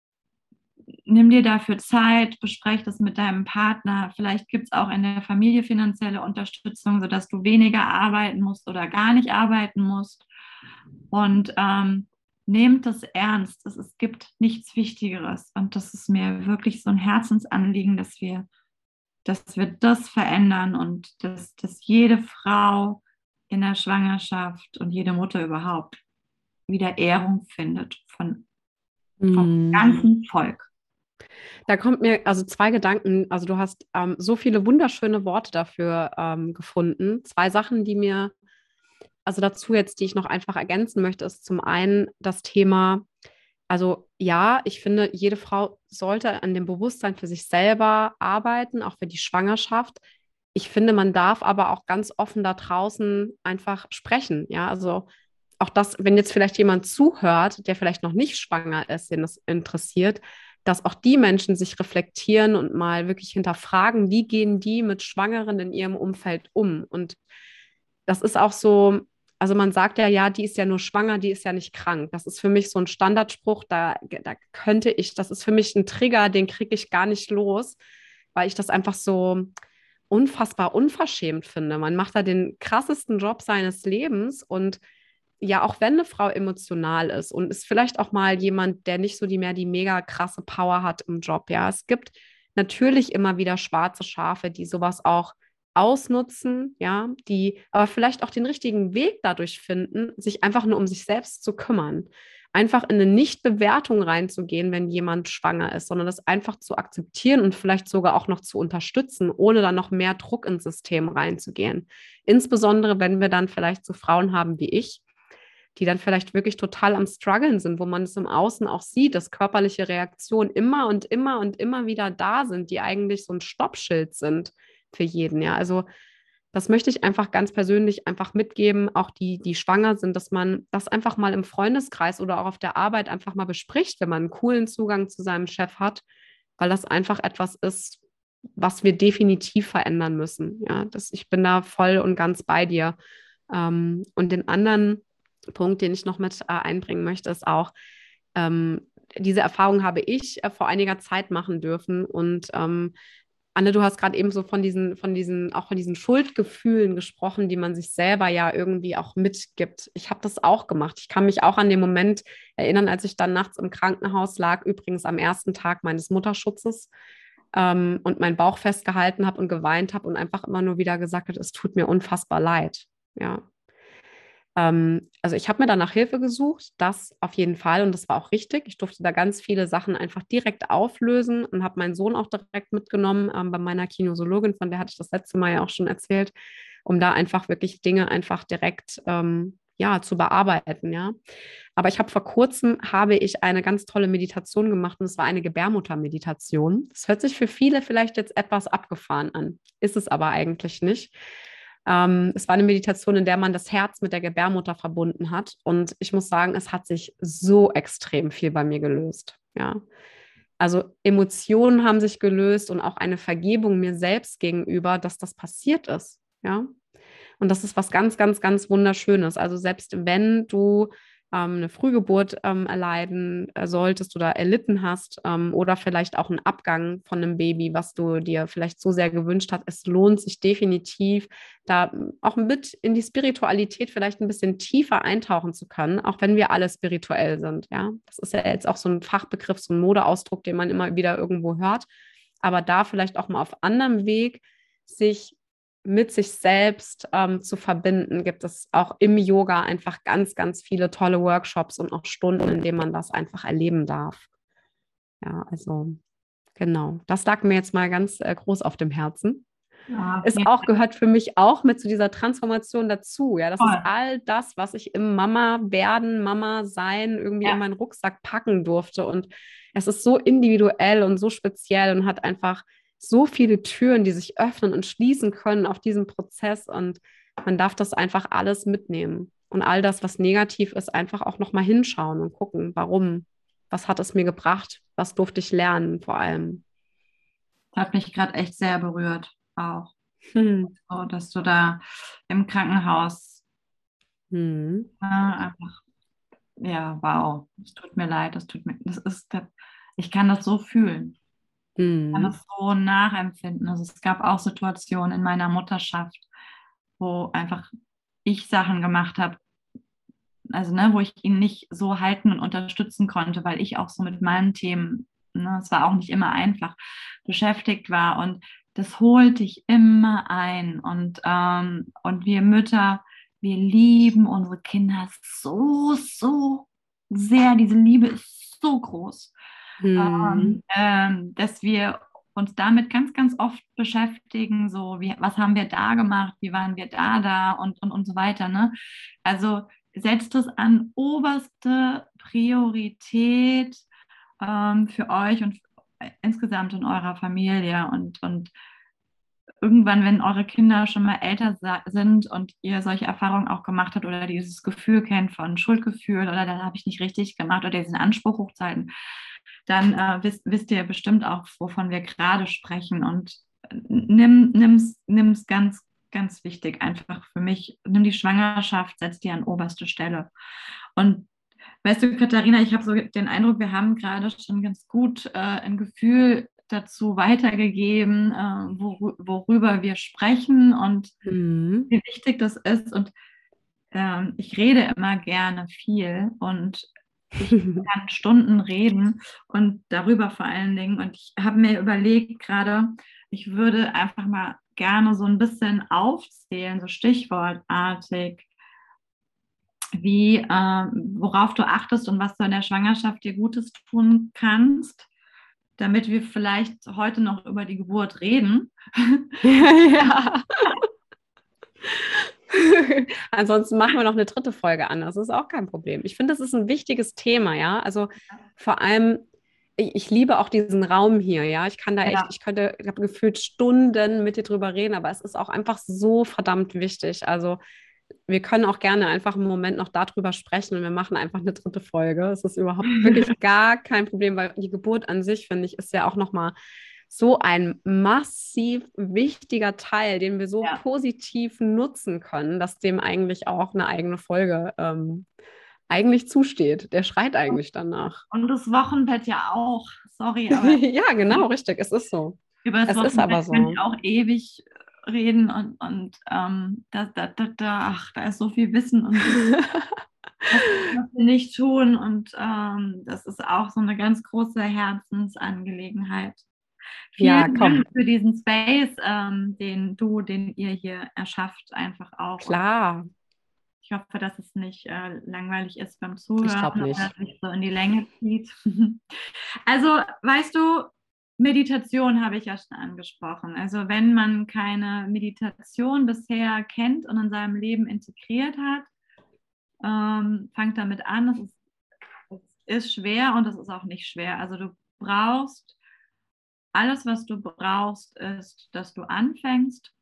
nimm dir dafür Zeit, besprech das mit deinem Partner. Vielleicht gibt es auch in der Familie finanzielle Unterstützung, sodass du weniger arbeiten musst oder gar nicht arbeiten musst. Und ähm, nehmt das ernst. Es, es gibt nichts Wichtigeres. Und das ist mir wirklich so ein Herzensanliegen, dass wir, dass wir das verändern und dass, dass jede Frau in der Schwangerschaft und jede Mutter überhaupt wieder Ehrung findet von, vom mm. ganzen Volk. Da kommt mir also zwei Gedanken, also du hast ähm, so viele wunderschöne Worte dafür ähm, gefunden. Zwei Sachen, die mir, also dazu jetzt, die ich noch einfach ergänzen möchte, ist zum einen das Thema, also ja, ich finde, jede Frau sollte an dem Bewusstsein für sich selber arbeiten, auch für die Schwangerschaft. Ich finde, man darf aber auch ganz offen da draußen einfach sprechen. Ja, also auch das, wenn jetzt vielleicht jemand zuhört, der vielleicht noch nicht schwanger ist, den das interessiert, dass auch die Menschen sich reflektieren und mal wirklich hinterfragen, wie gehen die mit Schwangeren in ihrem Umfeld um? Und das ist auch so, also man sagt ja, ja, die ist ja nur schwanger, die ist ja nicht krank. Das ist für mich so ein Standardspruch, da, da könnte ich, das ist für mich ein Trigger, den kriege ich gar nicht los, weil ich das einfach so unfassbar unverschämt finde. Man macht da den krassesten Job seines Lebens und ja, auch wenn eine Frau emotional ist und ist vielleicht auch mal jemand, der nicht so die mehr die mega krasse Power hat im Job, ja, es gibt natürlich immer wieder schwarze Schafe, die sowas auch ausnutzen, ja, die aber vielleicht auch den richtigen Weg dadurch finden, sich einfach nur um sich selbst zu kümmern. Einfach in eine Nicht-Bewertung reinzugehen, wenn jemand schwanger ist, sondern das einfach zu akzeptieren und vielleicht sogar auch noch zu unterstützen, ohne dann noch mehr Druck ins System reinzugehen. Insbesondere, wenn wir dann vielleicht so Frauen haben wie ich, die dann vielleicht wirklich total am Struggeln sind, wo man es im Außen auch sieht, dass körperliche Reaktionen immer und immer und immer wieder da sind, die eigentlich so ein Stoppschild sind für jeden. Ja, also das möchte ich einfach ganz persönlich einfach mitgeben, auch die, die schwanger sind, dass man das einfach mal im Freundeskreis oder auch auf der Arbeit einfach mal bespricht, wenn man einen coolen Zugang zu seinem Chef hat, weil das einfach etwas ist, was wir definitiv verändern müssen. Ja, das, ich bin da voll und ganz bei dir. Ähm, und den anderen Punkt, den ich noch mit äh, einbringen möchte, ist auch, ähm, diese Erfahrung habe ich äh, vor einiger Zeit machen dürfen und ähm, Anne, du hast gerade eben so von diesen, von diesen, auch von diesen Schuldgefühlen gesprochen, die man sich selber ja irgendwie auch mitgibt. Ich habe das auch gemacht. Ich kann mich auch an den Moment erinnern, als ich dann nachts im Krankenhaus lag, übrigens am ersten Tag meines Mutterschutzes, ähm, und meinen Bauch festgehalten habe und geweint habe und einfach immer nur wieder gesagt habe, es tut mir unfassbar leid. Ja. Ähm, also ich habe mir danach Hilfe gesucht, das auf jeden Fall und das war auch richtig. Ich durfte da ganz viele Sachen einfach direkt auflösen und habe meinen Sohn auch direkt mitgenommen ähm, bei meiner Kinesiologin, von der hatte ich das letzte Mal ja auch schon erzählt, um da einfach wirklich Dinge einfach direkt ähm, ja, zu bearbeiten, ja. Aber ich habe vor kurzem habe ich eine ganz tolle Meditation gemacht und es war eine Gebärmuttermeditation. Das hört sich für viele vielleicht jetzt etwas abgefahren an, ist es aber eigentlich nicht. Ähm, es war eine Meditation, in der man das Herz mit der Gebärmutter verbunden hat. Und ich muss sagen, es hat sich so extrem viel bei mir gelöst. Ja. Also Emotionen haben sich gelöst und auch eine Vergebung mir selbst gegenüber, dass das passiert ist. Ja. Und das ist was ganz, ganz, ganz Wunderschönes. Also selbst wenn du ähm, eine Frühgeburt ähm, erleiden äh, solltest oder erlitten hast ähm, oder vielleicht auch einen Abgang von einem Baby, was du dir vielleicht so sehr gewünscht hast, es lohnt sich definitiv, da auch mit in die Spiritualität vielleicht ein bisschen tiefer eintauchen zu können, auch wenn wir alle spirituell sind. Ja, das ist ja jetzt auch so ein Fachbegriff, so ein Modeausdruck, den man immer wieder irgendwo hört. Aber da vielleicht auch mal auf anderem Weg sich mit sich selbst ähm, zu verbinden, gibt es auch im Yoga einfach ganz, ganz viele tolle Workshops und auch Stunden, in denen man das einfach erleben darf. Ja, also genau. Das lag mir jetzt mal ganz äh, groß auf dem Herzen. Ja, Ist ja, auch, gehört für mich auch mit zu dieser Transformation dazu. Ja, das ist voll. all das, was ich im Mama werden, Mama sein irgendwie in Ja. meinen Rucksack packen durfte. Und es ist so individuell und so speziell und hat einfach so viele Türen, die sich öffnen und schließen können auf diesem Prozess. Und man darf das einfach alles mitnehmen. Und all das, was negativ ist, einfach auch nochmal hinschauen und gucken, warum, was hat es mir gebracht, was durfte ich lernen vor allem. Das hat mich gerade echt sehr berührt, auch. Hm. So, dass du da im Krankenhaus Hm. äh, einfach, ja, wow, es tut mir leid, das tut mir, das ist, das, ich kann das so fühlen, ich kann Hm. das so nachempfinden. Also es gab auch Situationen in meiner Mutterschaft, wo einfach ich Sachen gemacht habe, also ne, wo ich ihn nicht so halten und unterstützen konnte, weil ich auch so mit meinen Themen, ne, es war auch nicht immer einfach, beschäftigt war und das holt dich immer ein und, ähm, und wir Mütter, wir lieben unsere Kinder so, so sehr, diese Liebe ist so groß, Hm. ähm, ähm, dass wir uns damit ganz, ganz oft beschäftigen, so wie, was haben wir da gemacht, wie waren wir da, da und, und, und so weiter. Ne? Also setzt es an oberste Priorität ähm, für euch und insgesamt in eurer Familie und, und irgendwann, wenn eure Kinder schon mal älter sind und ihr solche Erfahrungen auch gemacht habt oder dieses Gefühl kennt von Schuldgefühl oder da habe ich nicht richtig gemacht oder diesen Anspruch hochzuhalten, dann äh, wisst, wisst ihr bestimmt auch, wovon wir gerade sprechen und nimm nimm's, nimm's ganz, ganz wichtig einfach für mich. Nimm die Schwangerschaft, setz die an oberste Stelle. Und weißt du, Katharina, ich habe so den Eindruck, wir haben gerade schon ganz gut äh, ein Gefühl dazu weitergegeben, äh, wor worüber wir sprechen und Hm. wie wichtig das ist. Und ähm, ich rede immer gerne viel und ich kann Stunden reden und darüber vor allen Dingen. Und ich habe mir überlegt gerade, ich würde einfach mal gerne so ein bisschen aufzählen, so stichwortartig, wie, äh, worauf du achtest und was du in der Schwangerschaft dir Gutes tun kannst, damit wir vielleicht heute noch über die Geburt reden. Ja. Ansonsten machen wir noch eine dritte Folge an. Das ist auch kein Problem. Ich finde, das ist ein wichtiges Thema, ja. Also vor allem, ich, ich liebe auch diesen Raum hier, ja. Ich kann da echt, Ja. ich könnte, ich habe gefühlt Stunden mit dir drüber reden, aber es ist auch einfach so verdammt wichtig. Also wir können auch gerne einfach einen Moment noch darüber sprechen und wir machen einfach eine dritte Folge. Es ist überhaupt wirklich gar kein Problem, weil die Geburt an sich, finde ich, ist ja auch nochmal so ein massiv wichtiger Teil, den wir so Ja. positiv nutzen können, dass dem eigentlich auch eine eigene Folge ähm, eigentlich zusteht. Der schreit eigentlich danach. Und das Wochenbett ja auch. Sorry, aber Ja, genau, richtig. Es ist so. über das Es ist aber Wochenbett so. kann ich auch ewig reden und, und ähm, da, da, da, da, ach, da ist so viel Wissen und was, was wir nicht tun. Und ähm, das ist auch so eine ganz große Herzensangelegenheit. Vielen Ja, komm. Dank für diesen Space, ähm, den du, den ihr hier erschafft, einfach auch. Klar. Ich hoffe, dass es nicht äh, langweilig ist beim Ich Zuhören glaube nicht. oder sich so in die Länge zieht. Also, weißt du, Meditation habe ich ja schon angesprochen. Also, wenn man keine Meditation bisher kennt und in seinem Leben integriert hat, ähm, fangt damit an. Es ist, es ist schwer und es ist auch nicht schwer. Also, du brauchst alles, was du brauchst, ist, dass du anfängst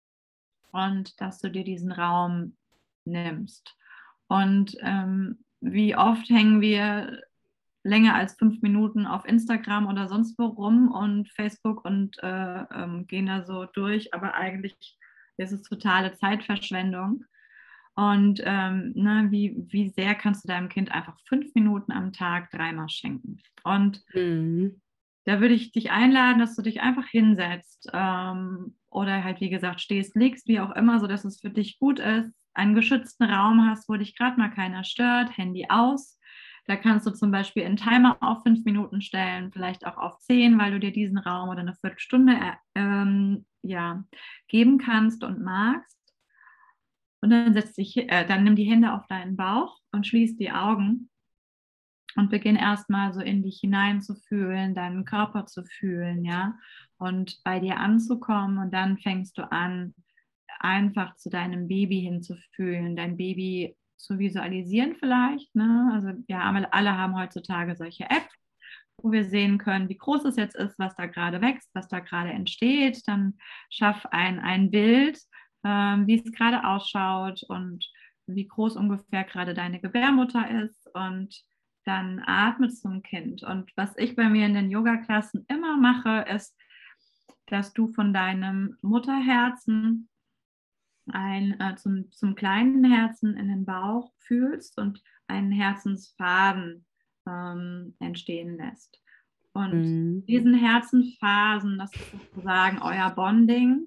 und dass du dir diesen Raum nimmst. Und ähm, wie oft hängen wir länger als fünf Minuten auf Instagram oder sonst wo rum und Facebook und äh, ähm, gehen da so durch, aber eigentlich ist es totale Zeitverschwendung. Und ähm, ne, wie, wie sehr kannst du deinem Kind einfach fünf Minuten am Tag dreimal schenken? Und Mhm. da würde ich dich einladen, dass du dich einfach hinsetzt ähm, oder halt, wie gesagt, stehst, liegst, wie auch immer, sodass es für dich gut ist, einen geschützten Raum hast, wo dich gerade mal keiner stört, Handy aus. Da kannst du zum Beispiel einen Timer auf fünf Minuten stellen, vielleicht auch auf zehn, weil du dir diesen Raum oder eine Viertelstunde äh, ähm, ja, geben kannst und magst. Und dann, setz dich, äh, dann nimm die Hände auf deinen Bauch und schließ die Augen. Und beginn erstmal so in dich hineinzufühlen, deinen Körper zu fühlen, ja, und bei dir anzukommen. Und dann fängst du an, einfach zu deinem Baby hinzufühlen, dein Baby zu visualisieren vielleicht, ne? Also wir haben, alle haben heutzutage solche Apps, wo wir sehen können, wie groß es jetzt ist, was da gerade wächst, was da gerade entsteht. Dann schaff ein, ein Bild, ähm, wie es gerade ausschaut und wie groß ungefähr gerade deine Gebärmutter ist, und dann atme zum Kind. Und was ich bei mir in den Yoga-Klassen immer mache, ist, dass du von deinem Mutterherzen ein, äh, zum, zum kleinen Herzen in den Bauch fühlst und einen Herzensfaden ähm, entstehen lässt. Und Mhm. diesen Herzensphasen, das ist sozusagen euer Bonding,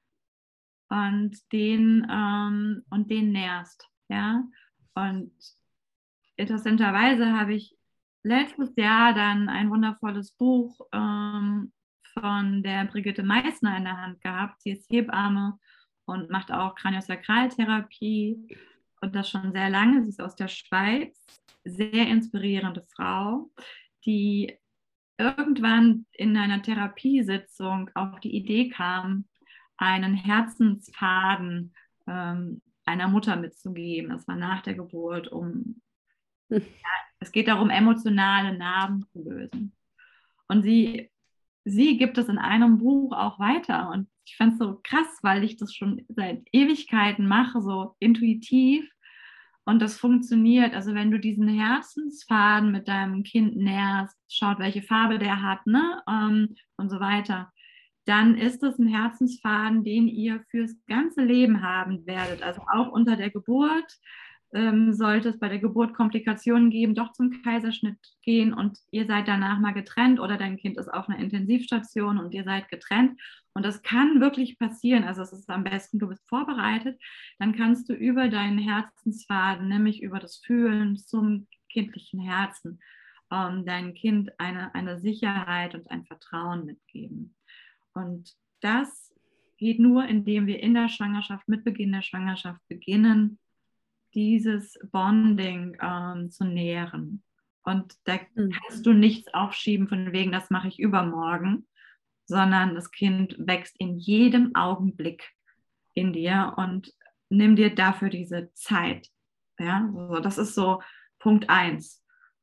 und den, ähm, und den nährst. Ja? Und interessanterweise habe ich letztes Jahr dann ein wundervolles Buch ähm, von der Brigitte Meissner in der Hand gehabt. Sie ist Hebamme und macht auch Kraniosakraltherapie und das schon sehr lange. Sie ist aus der Schweiz, sehr inspirierende Frau, die irgendwann in einer Therapiesitzung auf die Idee kam, einen Herzensfaden ähm, einer Mutter mitzugeben. Das war nach der Geburt, um ja, es geht darum, emotionale Narben zu lösen. Und sie, sie gibt es in einem Buch auch weiter. Und ich fand es so krass, weil ich das schon seit Ewigkeiten mache, so intuitiv. Und das funktioniert. Also wenn du diesen Herzensfaden mit deinem Kind nährst, schaut, welche Farbe der hat, ne? Ähm, und so weiter, dann ist es ein Herzensfaden, den ihr fürs ganze Leben haben werdet. Also auch unter der Geburt. Ähm, sollte es bei der Geburt Komplikationen geben, doch zum Kaiserschnitt gehen und ihr seid danach mal getrennt oder dein Kind ist auf einer Intensivstation und ihr seid getrennt. Und das kann wirklich passieren. Also es ist am besten, du bist vorbereitet. Dann kannst du über deinen Herzensfaden, nämlich über das Fühlen zum kindlichen Herzen, ähm, deinem Kind eine, eine Sicherheit und ein Vertrauen mitgeben. Und das geht nur, indem wir in der Schwangerschaft, mit Beginn der Schwangerschaft beginnen, dieses Bonding ähm, zu nähren. Und da kannst du nichts aufschieben von wegen, das mache ich übermorgen, sondern das Kind wächst in jedem Augenblick in dir. Und nimm dir dafür diese Zeit. Ja, also das ist so Punkt eins.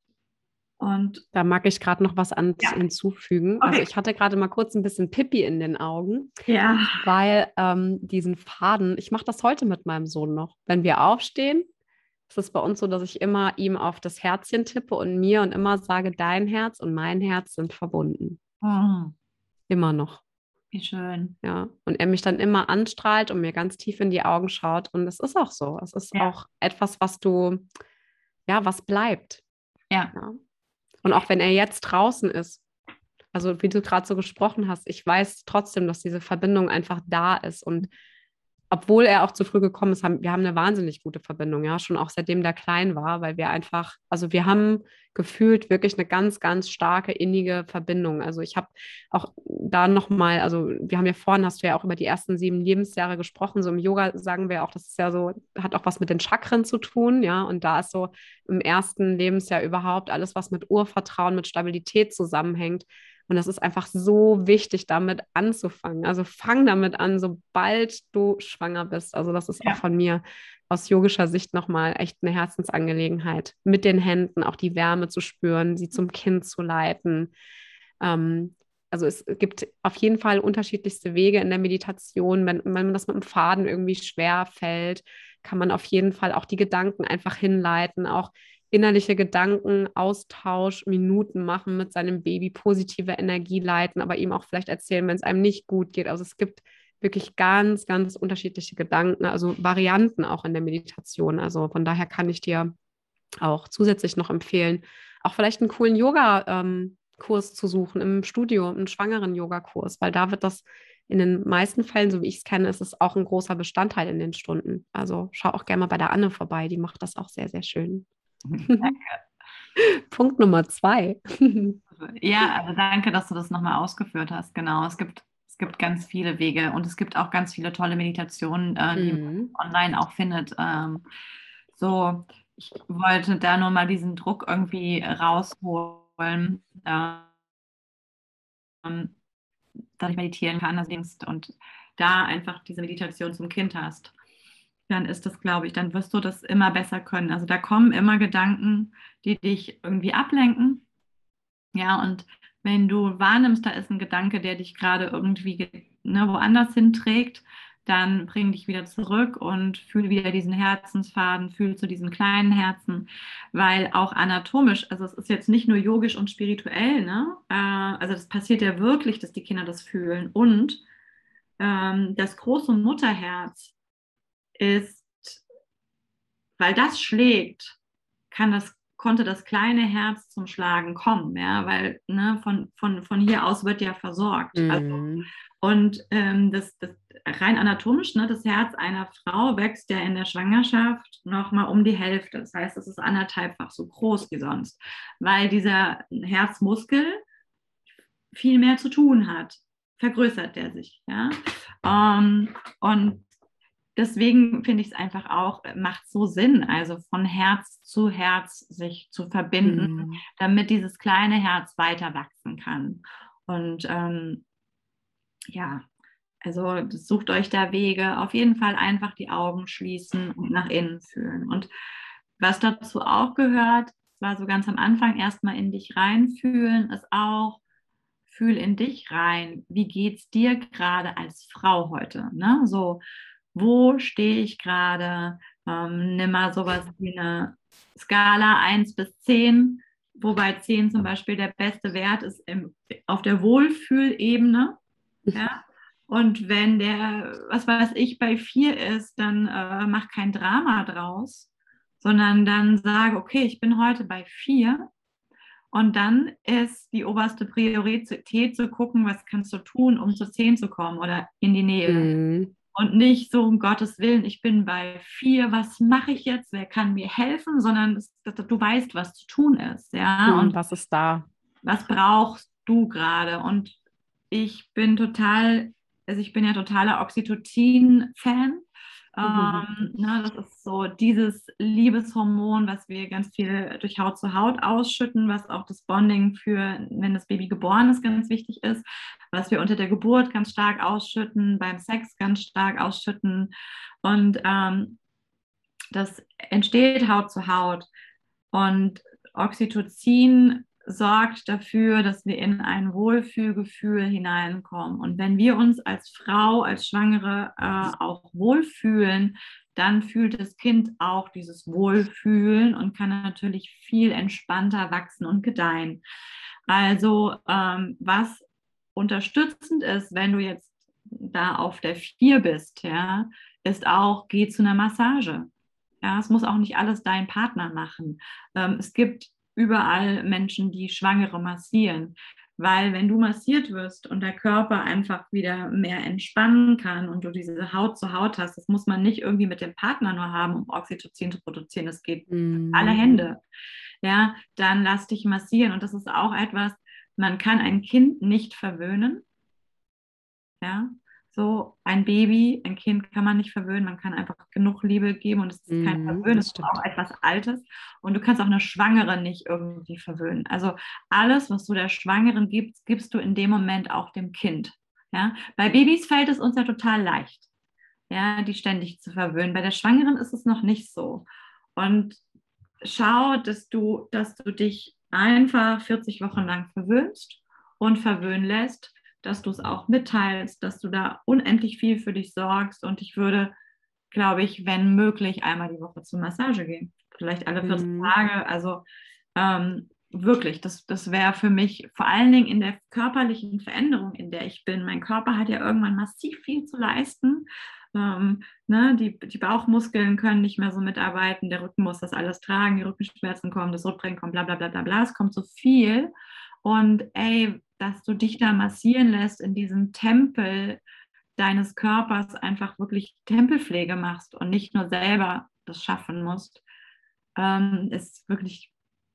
Und da mag ich gerade noch was an ja. hinzufügen. Okay. Also ich hatte gerade mal kurz ein bisschen Pipi in den Augen, Ja. weil ähm, diesen Faden, ich mache das heute mit meinem Sohn noch. Wenn wir aufstehen, ist es bei uns so, dass ich immer ihm auf das Herzchen tippe und mir und immer sage, dein Herz und mein Herz sind verbunden. Oh, Immer noch. wie schön. Ja, und er mich dann immer anstrahlt und mir ganz tief in die Augen schaut. Und es ist auch so. Es ist Ja. auch etwas, was du, ja, was bleibt. Ja. Ja. Und auch wenn er jetzt draußen ist, also wie du gerade so gesprochen hast, ich weiß trotzdem, dass diese Verbindung einfach da ist. Und obwohl er auch zu früh gekommen ist, haben wir haben eine wahnsinnig gute Verbindung, ja, schon auch seitdem der klein war, weil wir einfach, also wir haben gefühlt wirklich eine ganz, ganz starke, innige Verbindung. Also ich habe auch da nochmal, also wir haben ja vorhin, hast du ja auch über die ersten sieben Lebensjahre gesprochen, so im Yoga sagen wir auch, das ist ja so, hat auch was mit den Chakren zu tun, ja, und da ist so im ersten Lebensjahr überhaupt alles, was mit Urvertrauen, mit Stabilität zusammenhängt. Und das ist einfach so wichtig, damit anzufangen. Also fang damit an, sobald du schwanger bist. Also das ist Ja. auch von mir aus yogischer Sicht nochmal echt eine Herzensangelegenheit. Mit den Händen auch die Wärme zu spüren, sie zum Kind zu leiten. Ähm, also es gibt auf jeden Fall unterschiedlichste Wege in der Meditation. Wenn, wenn man das mit dem Faden irgendwie schwer fällt, kann man auf jeden Fall auch die Gedanken einfach hinleiten, auch innerliche Gedanken, Austausch, Minuten machen mit seinem Baby, positive Energie leiten, aber ihm auch vielleicht erzählen, wenn es einem nicht gut geht. Also es gibt wirklich ganz, ganz unterschiedliche Gedanken, also Varianten auch in der Meditation. Also von daher kann ich dir auch zusätzlich noch empfehlen, auch vielleicht einen coolen Yoga-Kurs zu suchen im Studio, einen schwangeren Yoga-Kurs, weil da wird das in den meisten Fällen, so wie ich es kenne, ist es auch ein großer Bestandteil in den Stunden. Also schau auch gerne mal bei der Anne vorbei, die macht das auch sehr, sehr schön. Danke. Punkt Nummer zwei. Ja, also danke, dass du das nochmal ausgeführt hast. Genau, es gibt, es gibt ganz viele Wege und es gibt auch ganz viele tolle Meditationen, äh, die man Mhm. online auch findet. Ähm, so, ich wollte da nur mal diesen Druck irgendwie rausholen, ähm, dass ich meditieren kann, also Dienst und da einfach diese Meditation zum Kind hast. Dann ist das, glaube ich, dann wirst du das immer besser können. Also da kommen immer Gedanken, die dich irgendwie ablenken. Ja, und wenn du wahrnimmst, da ist ein Gedanke, der dich gerade irgendwie ne, woanders hinträgt, dann bring dich wieder zurück und fühl wieder diesen Herzensfaden, fühl zu diesen kleinen Herzen, weil auch anatomisch, also es ist jetzt nicht nur yogisch und spirituell, ne? Äh, also das passiert ja wirklich, dass die Kinder das fühlen. Und ähm, das große Mutterherz ist, weil das schlägt, kann das, konnte das kleine Herz zum Schlagen kommen, ja, weil ne, von, von, von hier aus wird ja versorgt. Also, Mhm. und ähm, das, das rein anatomisch, ne, das Herz einer Frau wächst ja in der Schwangerschaft nochmal um die Hälfte. Das heißt, es ist anderthalbfach so groß wie sonst, weil dieser Herzmuskel viel mehr zu tun hat. Vergrößert der sich, ja. Um, und deswegen finde ich es einfach auch, macht so Sinn, also von Herz zu Herz sich zu verbinden, Mhm. damit dieses kleine Herz weiter wachsen kann. Und ähm, ja, also sucht euch da Wege. Auf jeden Fall einfach die Augen schließen und nach innen fühlen. Und was dazu auch gehört, war so ganz am Anfang erstmal in dich reinfühlen, ist auch, fühl in dich rein. Wie geht's dir gerade als Frau heute? Ne? So, wo stehe ich gerade? Ähm, nimm mal sowas wie eine Skala eins bis zehn, wobei zehn zum Beispiel der beste Wert ist im, auf der Wohlfühlebene. Ja? Und wenn der, was weiß ich, bei vier ist, dann äh, mach kein Drama draus, sondern dann sage, okay, ich bin heute bei vier. Und dann ist die oberste Priorität zu gucken, was kannst du tun, um zu zehn zu kommen oder in die Nähe. Mhm. Und nicht so, um Gottes Willen, ich bin bei vier, was mache ich jetzt, wer kann mir helfen, sondern dass, dass du weißt, was zu tun ist. Ja? Mhm. Und Was ist da? was brauchst du gerade? Und ich bin total, also ich bin ja totaler Oxytocin-Fan. Mhm. Ähm, ne, das ist so dieses Liebeshormon, was wir ganz viel durch Haut zu Haut ausschütten, was auch das Bonding für, wenn das Baby geboren ist, ganz wichtig ist, was wir unter der Geburt ganz stark ausschütten, beim Sex ganz stark ausschütten. Und ähm, das entsteht Haut zu Haut. Und Oxytocin sorgt dafür, dass wir in ein Wohlfühlgefühl hineinkommen. Und wenn wir uns als Frau, als Schwangere äh, auch wohlfühlen, dann fühlt das Kind auch dieses Wohlfühlen und kann natürlich viel entspannter wachsen und gedeihen. Also ähm, was unterstützend ist, wenn du jetzt da auf der vier bist, ja, ist auch, geh zu einer Massage. Ja, es muss auch nicht alles dein Partner machen. Ähm, es gibt überall Menschen, die Schwangere massieren, weil wenn du massiert wirst und der Körper einfach wieder mehr entspannen kann und du diese Haut zu Haut hast, das muss man nicht irgendwie mit dem Partner nur haben, um Oxytocin zu produzieren. Das geht Mhm. alle Hände. Ja, dann lass dich massieren. Und das ist auch etwas, man kann ein Kind nicht verwöhnen. Ja, so ein Baby, ein Kind kann man nicht verwöhnen, man kann einfach genug Liebe geben und es ist kein Mhm, Verwöhnen, das es ist auch stimmt. etwas Altes und du kannst auch eine Schwangere nicht irgendwie verwöhnen. Also alles, was du der Schwangeren gibst, gibst du in dem Moment auch dem Kind. Ja? Bei Babys fällt es uns ja total leicht, ja, die ständig zu verwöhnen. Bei der Schwangeren ist es noch nicht so. Und schau, dass du, dass du dich einfach vierzig Wochen lang verwöhnst und verwöhnen lässt, dass du es auch mitteilst, dass du da unendlich viel für dich sorgst. Und ich würde, glaube ich, wenn möglich, einmal die Woche zur Massage gehen. Vielleicht alle vierzehn Mhm. Tage. Also ähm, wirklich, das, das wäre für mich vor allen Dingen in der körperlichen Veränderung, in der ich bin. Mein Körper hat ja irgendwann massiv viel zu leisten. Ähm, ne, die, die Bauchmuskeln können nicht mehr so mitarbeiten, der Rücken muss das alles tragen, die Rückenschmerzen kommen, das Rückbrennen kommt, bla bla bla bla bla, es kommt so viel. Und ey, dass du dich da massieren lässt in diesem Tempel deines Körpers, einfach wirklich Tempelpflege machst und nicht nur selber das schaffen musst, ähm, ist wirklich,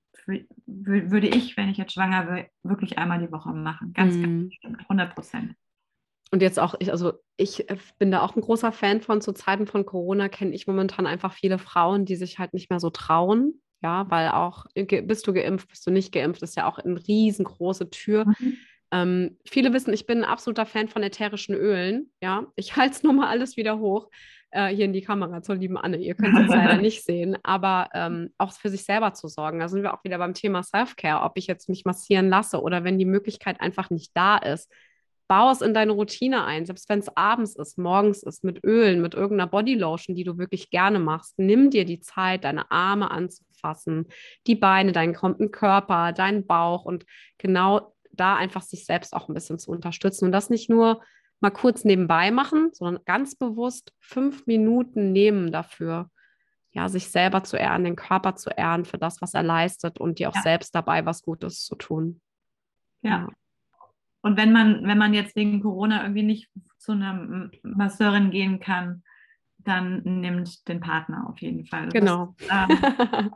würde ich, wenn ich jetzt schwanger wäre, wirklich einmal die Woche machen. Ganz, ganz Mhm. bestimmt, hundert Prozent. Und jetzt auch, ich, also ich äh, bin da auch ein großer Fan von. Zu Zeiten von Corona kenne ich momentan einfach viele Frauen, die sich halt nicht mehr so trauen. Ja, weil auch, ge- bist du geimpft, bist du nicht geimpft, ist ja auch eine riesengroße Tür. Mhm. Ähm, viele wissen, ich bin ein absoluter Fan von ätherischen Ölen. Ja, ich halte es nur mal alles wieder hoch äh, hier in die Kamera zur lieben Anne. Ihr könnt es jetzt leider nicht sehen, aber ähm, auch für sich selber zu sorgen. Da sind wir auch wieder beim Thema Self-Care, ob ich jetzt mich massieren lasse oder wenn die Möglichkeit einfach nicht da ist. Bau es in deine Routine ein, selbst wenn es abends ist, morgens ist, mit Ölen, mit irgendeiner Bodylotion, die du wirklich gerne machst. Nimm dir die Zeit, deine Arme anzufassen, die Beine, deinen kompletten Körper, deinen Bauch und genau da einfach sich selbst auch ein bisschen zu unterstützen und das nicht nur mal kurz nebenbei machen, sondern ganz bewusst fünf Minuten nehmen dafür, ja, sich selber zu ehren, den Körper zu ehren für das, was er leistet und dir auch Ja, selbst dabei was Gutes zu tun. ja. Ja, Und wenn man, wenn man jetzt wegen Corona irgendwie nicht zu einer Masseurin gehen kann, dann nimmt den Partner auf jeden Fall. Das, genau. ähm,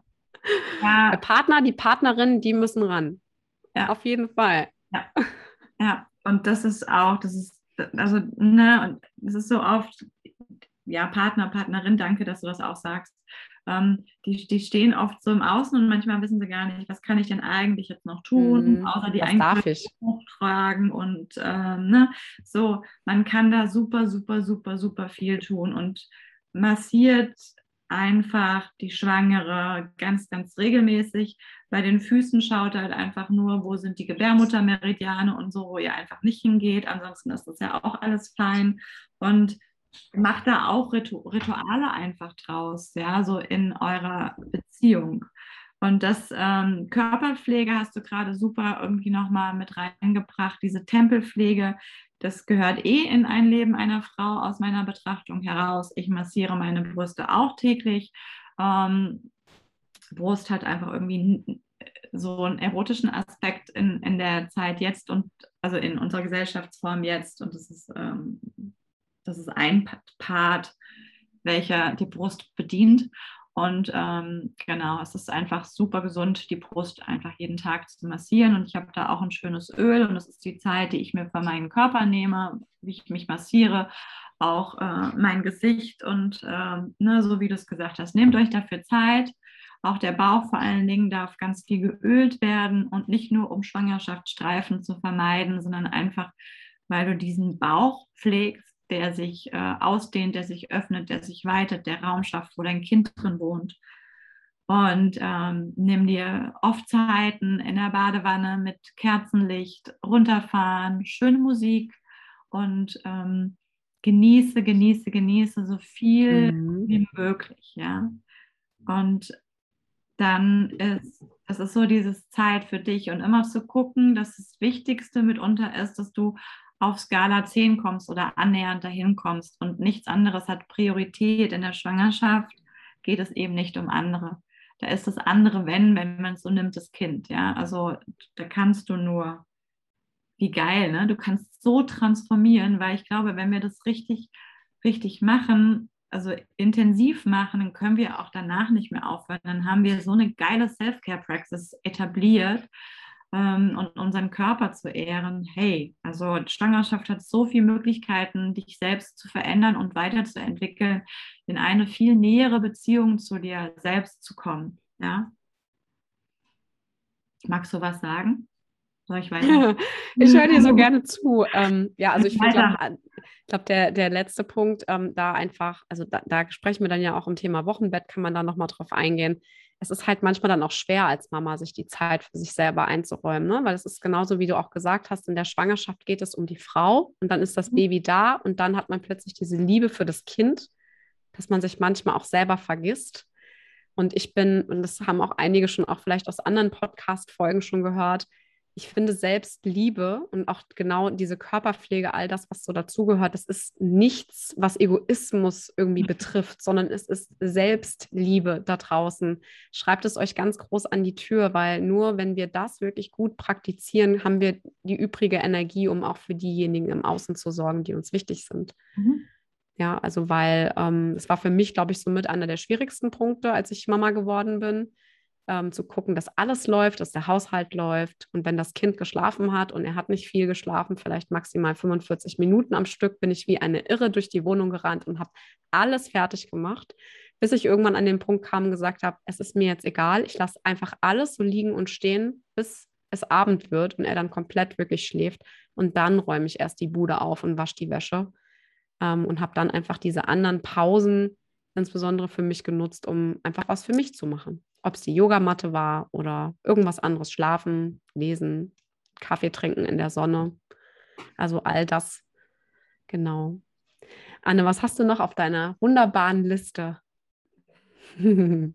Der ja, Partner, die Partnerin, die müssen ran. ja, Auf jeden Fall. ja, ja. Und das ist auch, das ist, also, ne, und das ist so oft, ja, Partner, Partnerin, danke, dass du das auch sagst. Ähm, die, die stehen oft so im Außen und manchmal wissen sie gar nicht, was kann ich denn eigentlich jetzt noch tun, Hm, außer die was darf Einkäufe ich? hochtragen und ähm, ne, so, man kann da super, super, super, super viel tun und massiert einfach die Schwangere ganz, ganz regelmäßig. Bei den Füßen schaut halt einfach nur, wo sind die Gebärmuttermeridiane und so, wo ihr einfach nicht hingeht. Ansonsten ist das ja auch alles fein. Und macht da auch Ritu Rituale einfach draus, ja, so in eurer Beziehung. Und das ähm, Körperpflege hast du gerade super irgendwie nochmal mit reingebracht. Diese Tempelpflege, das gehört eh in ein Leben einer Frau aus meiner Betrachtung heraus. Ich massiere meine Brüste auch täglich. Ähm, Brust hat einfach irgendwie so einen erotischen Aspekt in, in der Zeit jetzt und also in unserer Gesellschaftsform jetzt. Und das ist, ähm, das ist ein Part, welcher die Brust bedient. Und ähm, genau, es ist einfach super gesund, die Brust einfach jeden Tag zu massieren. Und ich habe da auch ein schönes Öl und das ist die Zeit, die ich mir für meinen Körper nehme, wie ich mich massiere, auch äh, mein Gesicht und ähm, ne, so wie du es gesagt hast, nehmt euch dafür Zeit. Auch der Bauch vor allen Dingen darf ganz viel geölt werden und nicht nur um Schwangerschaftsstreifen zu vermeiden, sondern einfach, weil du diesen Bauch pflegst, der sich äh, ausdehnt, der sich öffnet, der sich weitet, der Raum schafft, wo dein Kind drin wohnt. Und ähm, nimm dir oft Zeiten in der Badewanne mit Kerzenlicht, runterfahren, schöne Musik und ähm, genieße, genieße, genieße so viel Mhm. wie möglich, ja. Und dann ist, das ist so dieses Zeit für dich und immer zu gucken, dass das Wichtigste mitunter ist, dass du auf Skala zehn kommst oder annähernd dahin kommst und nichts anderes hat Priorität. In der Schwangerschaft geht es eben nicht um andere. Da ist das andere, wenn, wenn man es so nimmt, das Kind, ja. Also da kannst du nur, wie geil, ne? Du kannst so transformieren, weil ich glaube, wenn wir das richtig, richtig machen, also intensiv machen, dann können wir auch danach nicht mehr aufhören. Dann haben wir so eine geile Self-Care-Praxis etabliert, ähm, und unseren Körper zu ehren. Hey, also Schwangerschaft hat so viele Möglichkeiten, dich selbst zu verändern und weiterzuentwickeln, in eine viel nähere Beziehung zu dir selbst zu kommen. Ja? Magst du was sagen? Soll ich weiter? Ich höre dir so gerne zu. Ähm, ja, also ich finde, glaube Weiter. glaub, der, der letzte Punkt, ähm, da einfach, also da, da sprechen wir dann ja auch im Thema Wochenbett, kann man da nochmal drauf eingehen. Es ist halt manchmal dann auch schwer als Mama, sich die Zeit für sich selber einzuräumen, ne? Weil es ist genauso, wie du auch gesagt hast, in der Schwangerschaft geht es um die Frau und dann ist das Baby da und dann hat man plötzlich diese Liebe für das Kind, dass man sich manchmal auch selber vergisst. Und ich bin, und das haben auch einige schon auch vielleicht aus anderen Podcast-Folgen schon gehört, ich finde Selbstliebe und auch genau diese Körperpflege, all das, was so dazugehört, das ist nichts, was Egoismus irgendwie betrifft, sondern es ist Selbstliebe da draußen. Schreibt es euch ganz groß an die Tür, weil nur wenn wir das wirklich gut praktizieren, haben wir die übrige Energie, um auch für diejenigen im Außen zu sorgen, die uns wichtig sind. Mhm. Ja, also weil ähm, es war für mich, glaube ich, somit einer der schwierigsten Punkte, als ich Mama geworden bin, ähm, zu gucken, dass alles läuft, dass der Haushalt läuft. Und wenn das Kind geschlafen hat und er hat nicht viel geschlafen, vielleicht maximal fünfundvierzig Minuten am Stück, bin ich wie eine Irre durch die Wohnung gerannt und habe alles fertig gemacht, bis ich irgendwann an den Punkt kam und gesagt habe, es ist mir jetzt egal, ich lasse einfach alles so liegen und stehen, bis es Abend wird und er dann komplett wirklich schläft. Und dann räume ich erst die Bude auf und wasche die Wäsche. Ähm, und habe dann einfach diese anderen Pausen insbesondere für mich genutzt, um einfach was für mich zu machen. Ob es die Yogamatte war oder irgendwas anderes, schlafen, lesen, Kaffee trinken in der Sonne. Also all das, genau. Anne, was hast du noch auf deiner wunderbaren Liste? Ähm,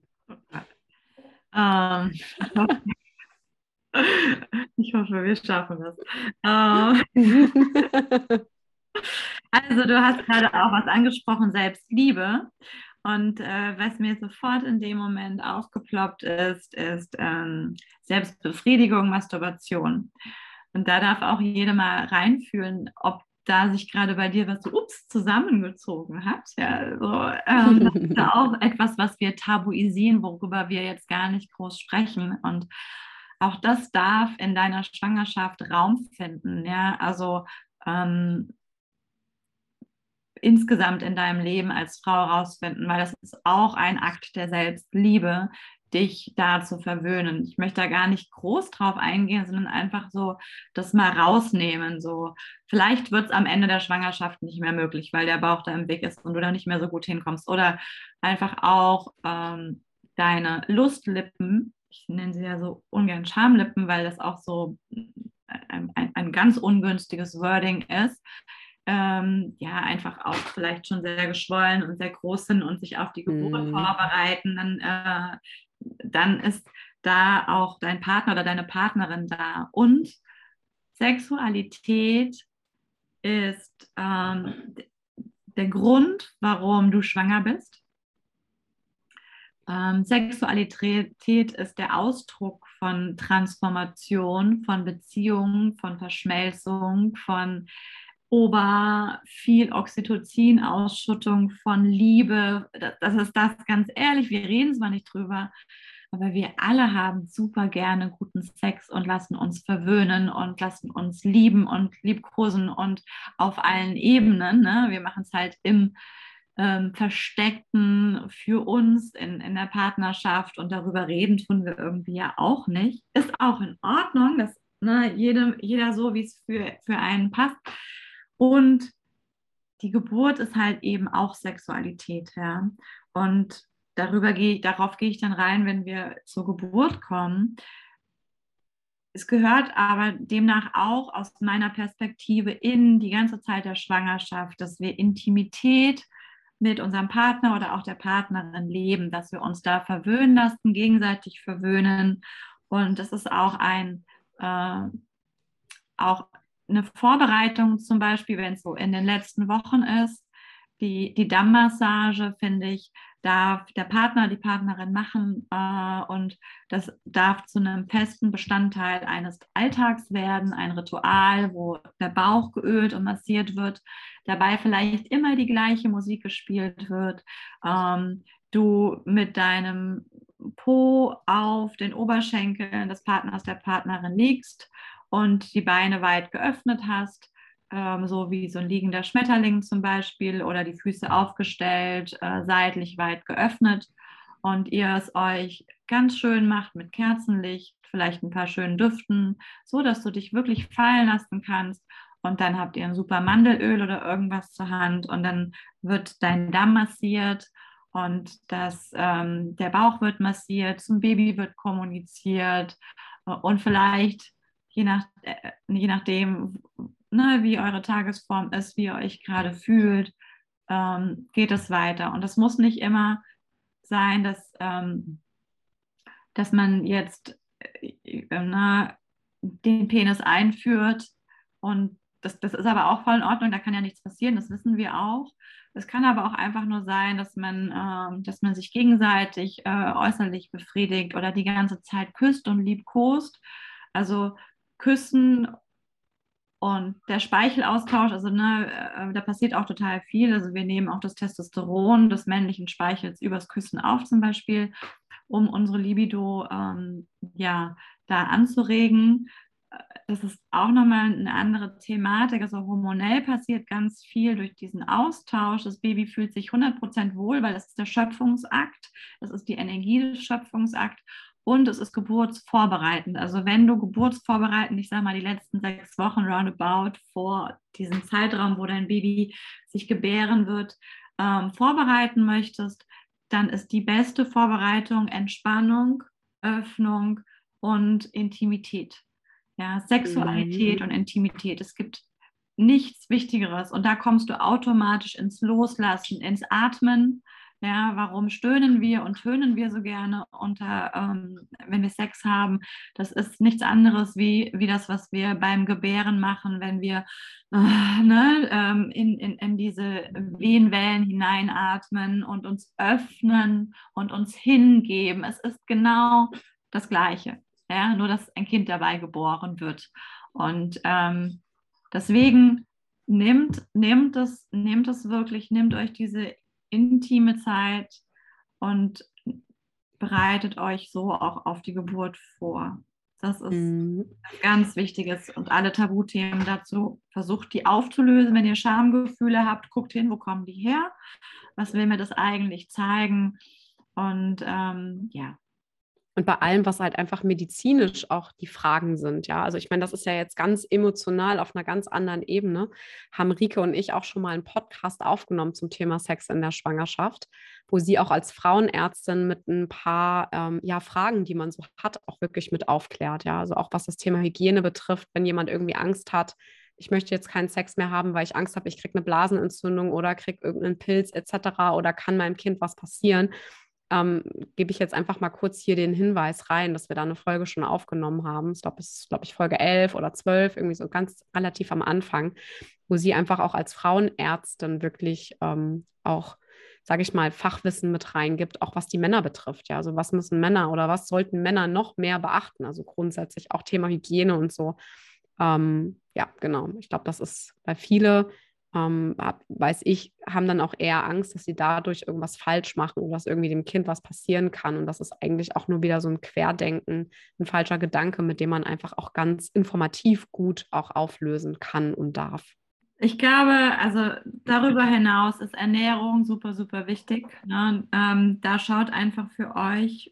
ich hoffe, wir schaffen das. Ähm, also du hast gerade auch was angesprochen, Selbstliebe. Und äh, was mir sofort in dem Moment aufgeploppt ist, ist ähm, Selbstbefriedigung, Masturbation. Und da darf auch jeder mal reinfühlen, ob da sich gerade bei dir was so ups zusammengezogen hat. Ja, so, ähm, das ist ja auch etwas, was wir tabuisieren, worüber wir jetzt gar nicht groß sprechen. Und auch das darf in deiner Schwangerschaft Raum finden. Ja, also ähm, insgesamt in deinem Leben als Frau rausfinden, weil das ist auch ein Akt der Selbstliebe, dich da zu verwöhnen. Ich möchte da gar nicht groß drauf eingehen, sondern einfach so das mal rausnehmen. So, vielleicht wird es am Ende der Schwangerschaft nicht mehr möglich, weil der Bauch da im Weg ist und du da nicht mehr so gut hinkommst. Oder einfach auch ähm, deine Lustlippen, ich nenne sie ja so ungern Schamlippen, weil das auch so ein, ein, ein ganz ungünstiges Wording ist, ähm, ja, einfach auch vielleicht schon sehr geschwollen und sehr groß sind und sich auf die Geburt Mm. vorbereiten, dann, äh, dann ist da auch dein Partner oder deine Partnerin da. Und Sexualität ist ähm, der Grund, warum du schwanger bist. Ähm, Sexualität ist der Ausdruck von Transformation, von Beziehungen, von Verschmelzung, von Ober, viel Oxytocin-Ausschüttung, von Liebe. Das, das ist das, ganz ehrlich, wir reden zwar nicht drüber, aber wir alle haben super gerne guten Sex und lassen uns verwöhnen und lassen uns lieben und liebkosen und auf allen Ebenen. Ne? Wir machen es halt im ähm, Versteckten für uns in, in der Partnerschaft und darüber reden tun wir irgendwie ja auch nicht. Ist auch in Ordnung, dass ne, jedem, jeder so, wie es für, für einen passt. Und die Geburt ist halt eben auch Sexualität, ja. Und darüber gehe, darauf gehe ich dann rein, wenn wir zur Geburt kommen. Es gehört aber demnach auch aus meiner Perspektive in die ganze Zeit der Schwangerschaft, dass wir Intimität mit unserem Partner oder auch der Partnerin leben, dass wir uns da verwöhnen lassen, gegenseitig verwöhnen. Und das ist auch ein, äh, auch eine Vorbereitung, zum Beispiel, wenn es so in den letzten Wochen ist. Die, die Dammmassage, finde ich, darf der Partner, die Partnerin machen äh, und das darf zu einem festen Bestandteil eines Alltags werden, ein Ritual, wo der Bauch geölt und massiert wird, dabei vielleicht immer die gleiche Musik gespielt wird, ähm, du mit deinem Po auf den Oberschenkeln des Partners, der Partnerin liegst und die Beine weit geöffnet hast, ähm, so wie so ein liegender Schmetterling zum Beispiel, oder die Füße aufgestellt, äh, seitlich weit geöffnet, und ihr es euch ganz schön macht mit Kerzenlicht, vielleicht ein paar schönen Düften, so dass du dich wirklich fallen lassen kannst. Und dann habt ihr ein super Mandelöl oder irgendwas zur Hand und dann wird dein Damm massiert und das, ähm, der Bauch wird massiert, zum Baby wird kommuniziert und vielleicht je, nach, äh, je nachdem, ne, wie eure Tagesform ist, wie ihr euch gerade fühlt, ähm, geht es weiter. Und es muss nicht immer sein, dass, ähm, dass man jetzt äh, na, den Penis einführt und das, das ist aber auch voll in Ordnung, da kann ja nichts passieren, das wissen wir auch. Es kann aber auch einfach nur sein, dass man, äh, dass man sich gegenseitig äh, äußerlich befriedigt oder die ganze Zeit küsst und liebkost. Also küssen und der Speichelaustausch, also ne, äh, da passiert auch total viel. Also wir nehmen auch das Testosteron des männlichen Speichels übers Küssen auf zum Beispiel, um unsere Libido ähm, ja, da anzuregen. Das ist auch nochmal eine andere Thematik. Also hormonell passiert ganz viel durch diesen Austausch. Das Baby fühlt sich hundert Prozent wohl, weil das ist der Schöpfungsakt. Das ist die Energie des Schöpfungsakts. Und es ist geburtsvorbereitend. Also wenn du geburtsvorbereitend, ich sage mal die letzten sechs Wochen roundabout vor diesem Zeitraum, wo dein Baby sich gebären wird, ähm, vorbereiten möchtest, dann ist die beste Vorbereitung Entspannung, Öffnung und Intimität. Ja, Sexualität Mhm. und Intimität. Es gibt nichts Wichtigeres. Und da kommst du automatisch ins Loslassen, ins Atmen. Ja, warum stöhnen wir und tönen wir so gerne unter, ähm, wenn wir Sex haben? Das ist nichts anderes wie, wie das, was wir beim Gebären machen, wenn wir äh, ne, ähm, in, in, in diese Wehenwellen hineinatmen und uns öffnen und uns hingeben. Es ist genau das Gleiche. Ja, nur dass ein Kind dabei geboren wird. Und ähm, deswegen nehmt, nehmt, es, nehmt es wirklich, nehmt euch diese intime Zeit und bereitet euch so auch auf die Geburt vor. Das ist Mhm. ganz Wichtiges. Und alle Tabuthemen dazu, versucht die aufzulösen. Wenn ihr Schamgefühle habt, guckt hin, wo kommen die her? Was will mir das eigentlich zeigen? Und ähm, ja. Und bei allem, was halt einfach medizinisch auch die Fragen sind, ja. Also ich meine, das ist ja jetzt ganz emotional auf einer ganz anderen Ebene. Haben Rike und ich auch schon mal einen Podcast aufgenommen zum Thema Sex in der Schwangerschaft, wo sie auch als Frauenärztin mit ein paar ähm, ja, Fragen, die man so hat, auch wirklich mit aufklärt, ja. Also auch was das Thema Hygiene betrifft, wenn jemand irgendwie Angst hat, ich möchte jetzt keinen Sex mehr haben, weil ich Angst habe, ich kriege eine Blasenentzündung oder kriege irgendeinen Pilz et cetera oder kann meinem Kind was passieren, ähm, gebe ich jetzt einfach mal kurz hier den Hinweis rein, dass wir da eine Folge schon aufgenommen haben. Ich glaube, es ist, glaube ich, Folge elf oder zwölf, irgendwie so ganz relativ am Anfang, wo sie einfach auch als Frauenärztin wirklich ähm, auch, sage ich mal, Fachwissen mit reingibt, auch was die Männer betrifft. Ja, also was müssen Männer oder was sollten Männer noch mehr beachten? Also grundsätzlich auch Thema Hygiene und so. Ähm, ja, genau. Ich glaube, das ist bei viele ähm, hab, weiß ich, haben dann auch eher Angst, dass sie dadurch irgendwas falsch machen oder dass irgendwie dem Kind was passieren kann. Und das ist eigentlich auch nur wieder so ein Querdenken, ein falscher Gedanke, mit dem man einfach auch ganz informativ gut auch auflösen kann und darf. Ich glaube, also darüber hinaus ist Ernährung super, super wichtig. Ne? Ähm, da schaut einfach für euch,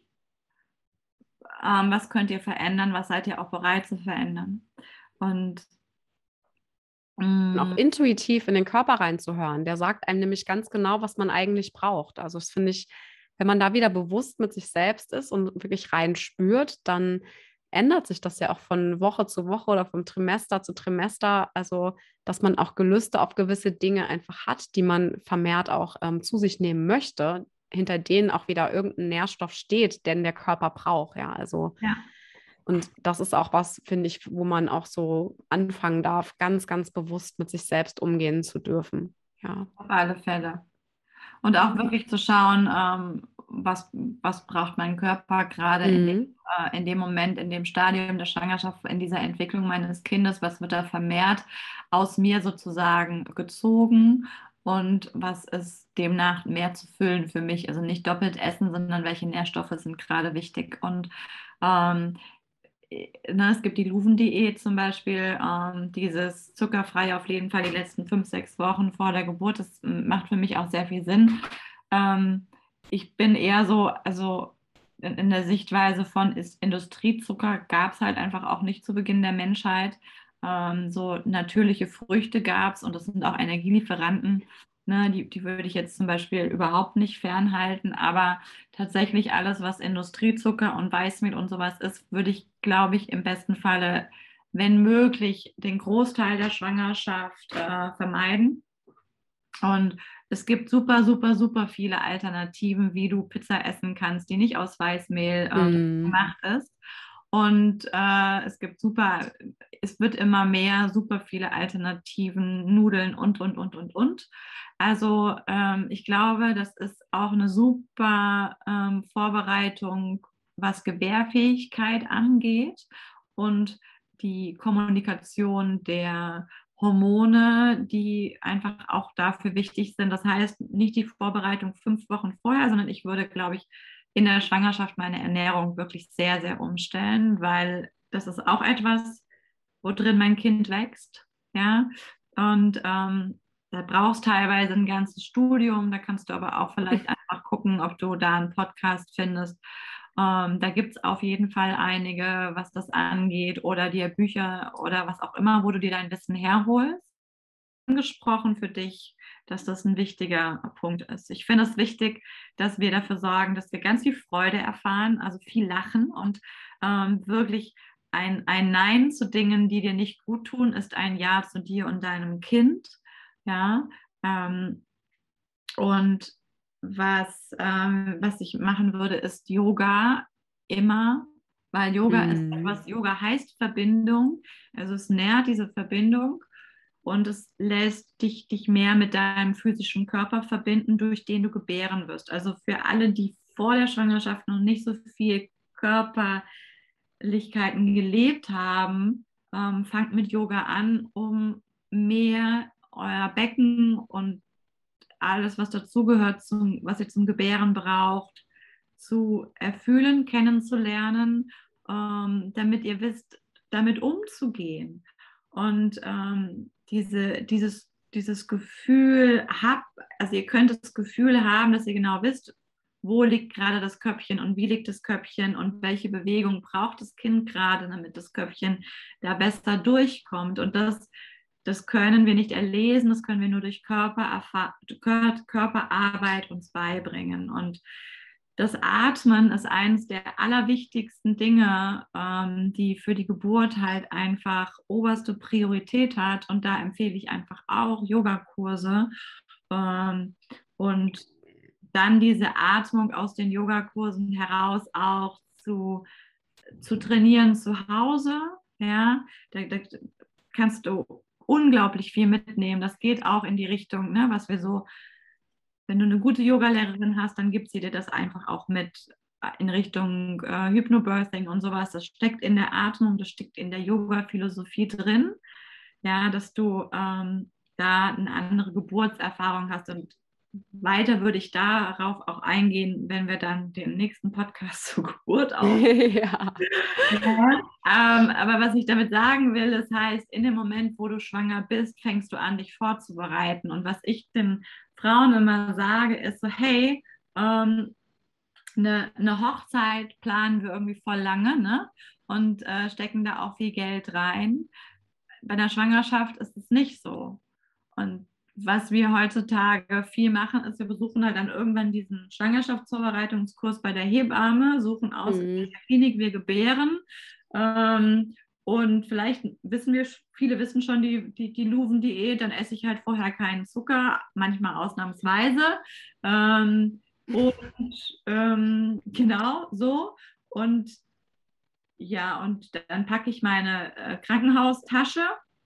ähm, was könnt ihr verändern, was seid ihr auch bereit zu verändern. Und Und auch Mm, intuitiv in den Körper reinzuhören. Der sagt einem nämlich ganz genau, was man eigentlich braucht. Also das finde ich, wenn man da wieder bewusst mit sich selbst ist und wirklich rein spürt, dann ändert sich das ja auch von Woche zu Woche oder vom Trimester zu Trimester. Also, dass man auch Gelüste auf gewisse Dinge einfach hat, die man vermehrt auch ähm, zu sich nehmen möchte, hinter denen auch wieder irgendein Nährstoff steht, den der Körper braucht. Ja, also ja. und das ist auch was, finde ich, wo man auch so anfangen darf, ganz, ganz bewusst mit sich selbst umgehen zu dürfen. Ja. Auf alle Fälle. Und auch wirklich zu schauen, ähm, was, was braucht mein Körper gerade in dem, Mhm. äh, in dem Moment, in dem Stadium der Schwangerschaft, in dieser Entwicklung meines Kindes, was wird da vermehrt aus mir sozusagen gezogen und was ist demnach mehr zu füllen für mich. Also nicht doppelt essen, sondern welche Nährstoffe sind gerade wichtig. Und ähm, ne, es gibt die Luven-Diät zum Beispiel, ähm, dieses zuckerfrei auf jeden Fall die letzten fünf, sechs Wochen vor der Geburt. Das ähm, macht für mich auch sehr viel Sinn. Ähm, ich bin eher so, also in, in der Sichtweise von ist Industriezucker gab es halt einfach auch nicht zu Beginn der Menschheit. Ähm, so natürliche Früchte gab es und das sind auch Energielieferanten. Ne, die, die würde ich jetzt zum Beispiel überhaupt nicht fernhalten, aber tatsächlich alles, was Industriezucker und Weißmehl und sowas ist, würde ich, glaube ich, im besten Falle, wenn möglich, den Großteil der Schwangerschaft äh, vermeiden. Und es gibt super, super, super viele Alternativen, wie du Pizza essen kannst, die nicht aus Weißmehl ähm, Mhm. gemacht ist. Und äh, es gibt super, es wird immer mehr, super viele Alternativen, Nudeln und, und, und, und, und. Also ähm, ich glaube, das ist auch eine super ähm, Vorbereitung, was Gebärfähigkeit angeht und die Kommunikation der Hormone, die einfach auch dafür wichtig sind. Das heißt, nicht die Vorbereitung fünf Wochen vorher, sondern ich würde, glaube ich, in der Schwangerschaft meine Ernährung wirklich sehr, sehr umstellen, weil das ist auch etwas, wo drin mein Kind wächst. Ja, und ähm, da brauchst teilweise ein ganzes Studium. Da kannst du aber auch vielleicht einfach gucken, ob du da einen Podcast findest. Ähm, da gibt es auf jeden Fall einige, was das angeht, oder dir Bücher oder was auch immer, wo du dir dein Wissen herholst. Angesprochen für dich, dass das ein wichtiger Punkt ist. Ich finde es wichtig, dass wir dafür sorgen, dass wir ganz viel Freude erfahren, also viel lachen und ähm, wirklich ein, ein Nein zu Dingen, die dir nicht gut tun, ist ein Ja zu dir und deinem Kind. Ja, ähm, und was, ähm, was ich machen würde, ist Yoga immer, weil Yoga ist Mhm. etwas, Yoga heißt Verbindung, also es nährt diese Verbindung und es lässt dich, dich mehr mit deinem physischen Körper verbinden, durch den du gebären wirst. Also für alle, die vor der Schwangerschaft noch nicht so viel Körperlichkeiten gelebt haben, ähm, fangt mit Yoga an, um mehr euer Becken und alles, was dazugehört, zum, was ihr zum Gebären braucht, zu erfühlen, kennenzulernen, ähm, damit ihr wisst, damit umzugehen. Und ähm, diese, dieses, dieses Gefühl habt, also ihr könnt das Gefühl haben, dass ihr genau wisst, wo liegt gerade das Köpfchen und wie liegt das Köpfchen und welche Bewegung braucht das Kind gerade, damit das Köpfchen da besser durchkommt. Und das das können wir nicht erlesen, das können wir nur durch Körperarbeit uns beibringen. Und das Atmen ist eines der allerwichtigsten Dinge, ähm, die für die Geburt halt einfach oberste Priorität hat. Und da empfehle ich einfach auch Yogakurse. Ähm, und dann diese Atmung aus den Yogakursen heraus auch zu, zu trainieren zu Hause. Ja, da, da kannst du unglaublich viel mitnehmen. Das geht auch in die Richtung, ne, was wir so, wenn du eine gute Yogalehrerin hast, dann gibt sie dir das einfach auch mit in Richtung äh, Hypnobirthing und sowas. Das steckt in der Atmung, das steckt in der Yoga-Philosophie drin, ja, dass du ähm, da eine andere Geburtserfahrung hast. Und weiter würde ich darauf auch eingehen, wenn wir dann den nächsten Podcast zur Geburt auf. Ja. Ja. Ähm, aber was ich damit sagen will, das heißt, in dem Moment, wo du schwanger bist, fängst du an, dich vorzubereiten. Und was ich den Frauen immer sage, ist so, hey, ähm, eine, eine Hochzeit planen wir irgendwie voll lange, ne? Und äh, stecken da auch viel Geld rein. bei der Schwangerschaft ist es nicht so. Und was wir heutzutage viel machen, ist, wir besuchen halt dann irgendwann diesen Schwangerschaftsvorbereitungskurs bei der Hebamme, suchen aus, in Mhm. welcher Klinik wir gebären. Ähm, und vielleicht wissen wir, viele wissen schon die, die, die Luven-Diät, dann esse ich halt vorher keinen Zucker, manchmal ausnahmsweise. Ähm, und ähm, genau so. Und ja, und dann packe ich meine äh, Krankenhaustasche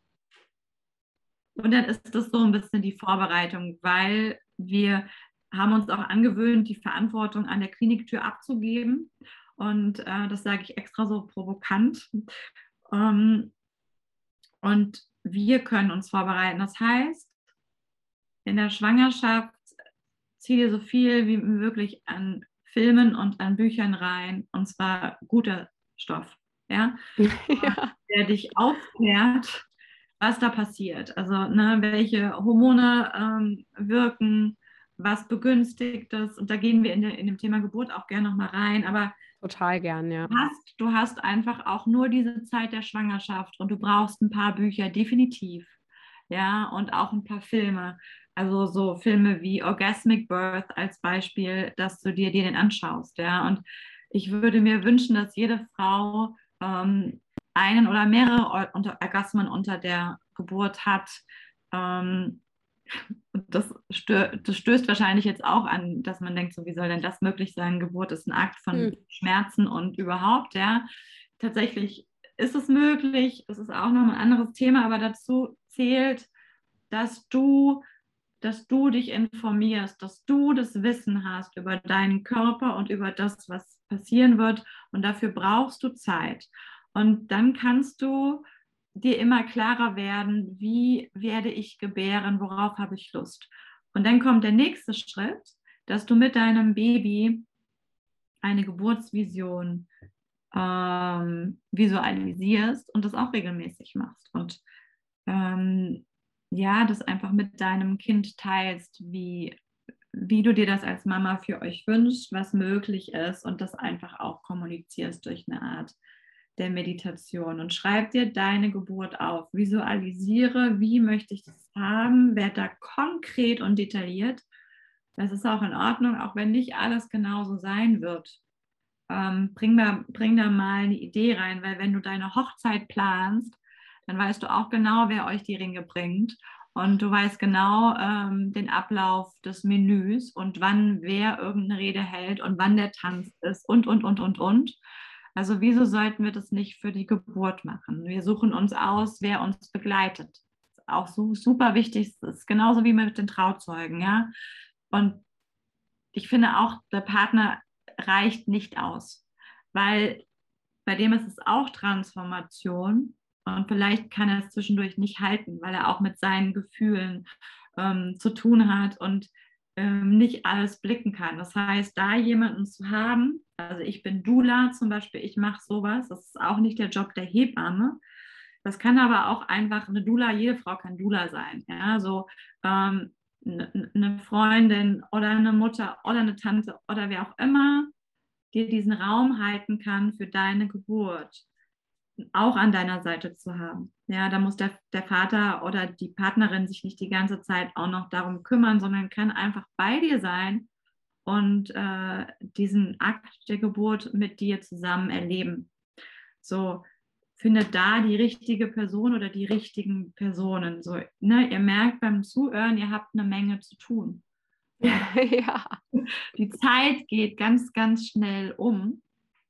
und dann ist das so ein bisschen die Vorbereitung, weil wir haben uns auch angewöhnt, die Verantwortung an der Kliniktür abzugeben. Und äh, das sage ich extra so provokant. Ähm, und wir können uns vorbereiten. Das heißt, in der Schwangerschaft zieh dir so viel wie möglich an Filmen und an Büchern rein. Und zwar guter Stoff. Ja? Ja. Der dich aufklärt, was da passiert. Also ne, welche Hormone ähm, wirken, was begünstigt es. Und da gehen wir in, der, in dem Thema Geburt auch gerne nochmal rein. Aber Total gern, ja. du hast, du hast einfach auch nur diese Zeit der Schwangerschaft und du brauchst ein paar Bücher, definitiv. Ja, und auch ein paar Filme. Also so Filme wie Orgasmic Birth als Beispiel, dass du dir den anschaust. Ja, und ich würde mir wünschen, dass jede Frau ähm, einen oder mehrere Orgasmen unter der Geburt hat. Ähm, das, stö das stößt wahrscheinlich jetzt auch an, dass man denkt, so wie soll denn das möglich sein? Geburt ist ein Akt von Hm. Schmerzen und überhaupt, ja. Tatsächlich ist es möglich, es ist auch noch ein anderes Thema, aber dazu zählt, dass du, dass du dich informierst, dass du das Wissen hast über deinen Körper und über das, was passieren wird. Und dafür brauchst du Zeit. Und dann kannst du dir immer klarer werden, wie werde ich gebären, worauf habe ich Lust. Und dann kommt der nächste Schritt, dass du mit deinem Baby eine Geburtsvision ähm, visualisierst und das auch regelmäßig machst. Und ähm, ja, das einfach mit deinem Kind teilst, wie, wie du dir das als Mama für euch wünschst, was möglich ist und das einfach auch kommunizierst durch eine Art der Meditation und schreib dir deine Geburt auf. Visualisiere, wie möchte ich das haben, werd da konkret und detailliert. Das ist auch in Ordnung, auch wenn nicht alles genauso sein wird. Ähm, bring, da, bring da mal eine Idee rein, weil wenn du deine Hochzeit planst, dann weißt du auch genau, wer euch die Ringe bringt. Und du weißt genau ähm, den Ablauf des Menüs und wann wer irgendeine Rede hält und wann der Tanz ist und, und, und, und, und. Also wieso sollten wir das nicht für die Geburt machen? Wir suchen uns aus, wer uns begleitet. Das ist auch so super wichtig. Das ist genauso wie mit den Trauzeugen, ja. Und ich finde auch, der Partner reicht nicht aus, weil bei dem ist es auch Transformation und vielleicht kann er es zwischendurch nicht halten, weil er auch mit seinen Gefühlen ähm, zu tun hat und ähm, nicht alles blicken kann. Das heißt, da jemanden zu haben, also ich bin Doula zum Beispiel, ich mache sowas, das ist auch nicht der Job der Hebamme. Das kann aber auch einfach eine Doula, jede Frau kann Doula sein. Ja, so ähm, eine Freundin oder eine Mutter oder eine Tante oder wer auch immer dir diesen Raum halten kann für deine Geburt, auch an deiner Seite zu haben. Ja, da muss der, der Vater oder die Partnerin sich nicht die ganze Zeit auch noch darum kümmern, sondern kann einfach bei dir sein und äh, diesen Akt der Geburt mit dir zusammen erleben. So, findet da die richtige Person oder die richtigen Personen. So, ne, ihr merkt beim Zuhören, ihr habt eine Menge zu tun. Ja. Die Zeit geht ganz, ganz schnell um.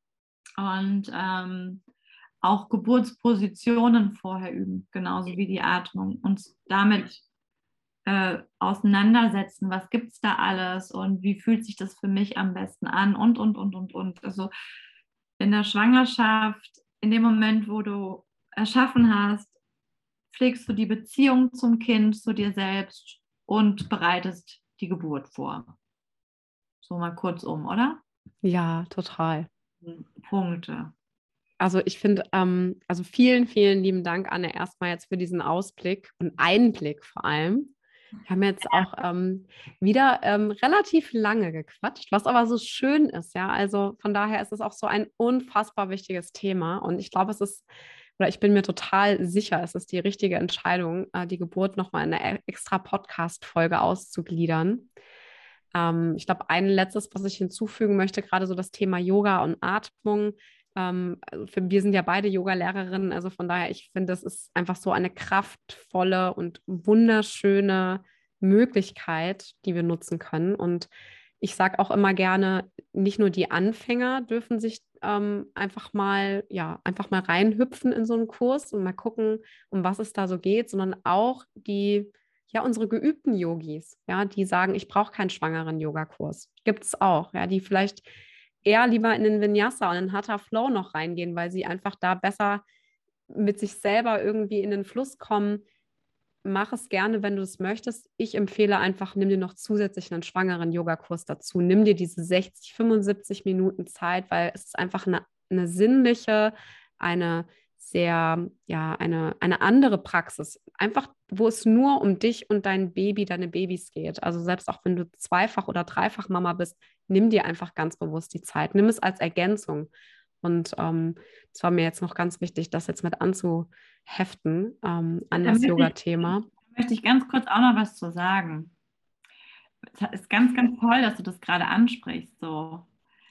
Und ähm, auch Geburtspositionen vorher üben, genauso wie die Atmung. Und damit äh, auseinandersetzen, was gibt es da alles und wie fühlt sich das für mich am besten an und, und, und, und, und. Also in der Schwangerschaft, in dem Moment, wo du erschaffen hast, pflegst du die Beziehung zum Kind, zu dir selbst und bereitest die Geburt vor. So mal kurzum, oder? Ja, total. Punkte. Also ich finde, ähm, also vielen, vielen lieben Dank, Anne, erstmal jetzt für diesen Ausblick und Einblick vor allem. Wir haben jetzt auch ähm, wieder ähm, relativ lange gequatscht, was aber so schön ist, ja. Also von daher ist es auch so ein unfassbar wichtiges Thema und ich glaube, es ist oder ich bin mir total sicher, es ist die richtige Entscheidung, äh, die Geburt nochmal in eine extra Podcast-Folge auszugliedern. Ähm, ich glaube, ein letztes, was ich hinzufügen möchte, gerade so das Thema Yoga und Atmung. Ähm, also für, wir sind ja beide Yoga-Lehrerinnen, also von daher, ich finde, das ist einfach so eine kraftvolle und wunderschöne Möglichkeit, die wir nutzen können. Und ich sage auch immer gerne, nicht nur die Anfänger dürfen sich ähm, einfach mal, ja, einfach mal reinhüpfen in so einen Kurs und mal gucken, um was es da so geht, sondern auch die, ja, unsere geübten Yogis, ja, die sagen, ich brauche keinen schwangeren Yogakurs. Gibt es auch, ja, die vielleicht eher lieber in den Vinyasa und in Hatha Flow noch reingehen, weil sie einfach da besser mit sich selber irgendwie in den Fluss kommen. Mach es gerne, wenn du es möchtest. Ich empfehle einfach, nimm dir noch zusätzlich einen schwangeren Yogakurs dazu. Nimm dir diese sechzig, fünfundsiebzig Minuten Zeit, weil es ist einfach eine, eine sinnliche, eine sehr, ja, eine, eine andere Praxis. Einfach, wo es nur um dich und dein Baby, deine Babys geht. Also selbst auch wenn du zweifach oder dreifach Mama bist, nimm dir einfach ganz bewusst die Zeit. Nimm es als Ergänzung. Und ähm, es war mir jetzt noch ganz wichtig, das jetzt mit anzuheften ähm, an Da das möchte ich, Yoga-Thema. möchte ich ganz kurz auch noch was zu sagen. Es ist ganz, ganz toll, dass du das gerade ansprichst. So,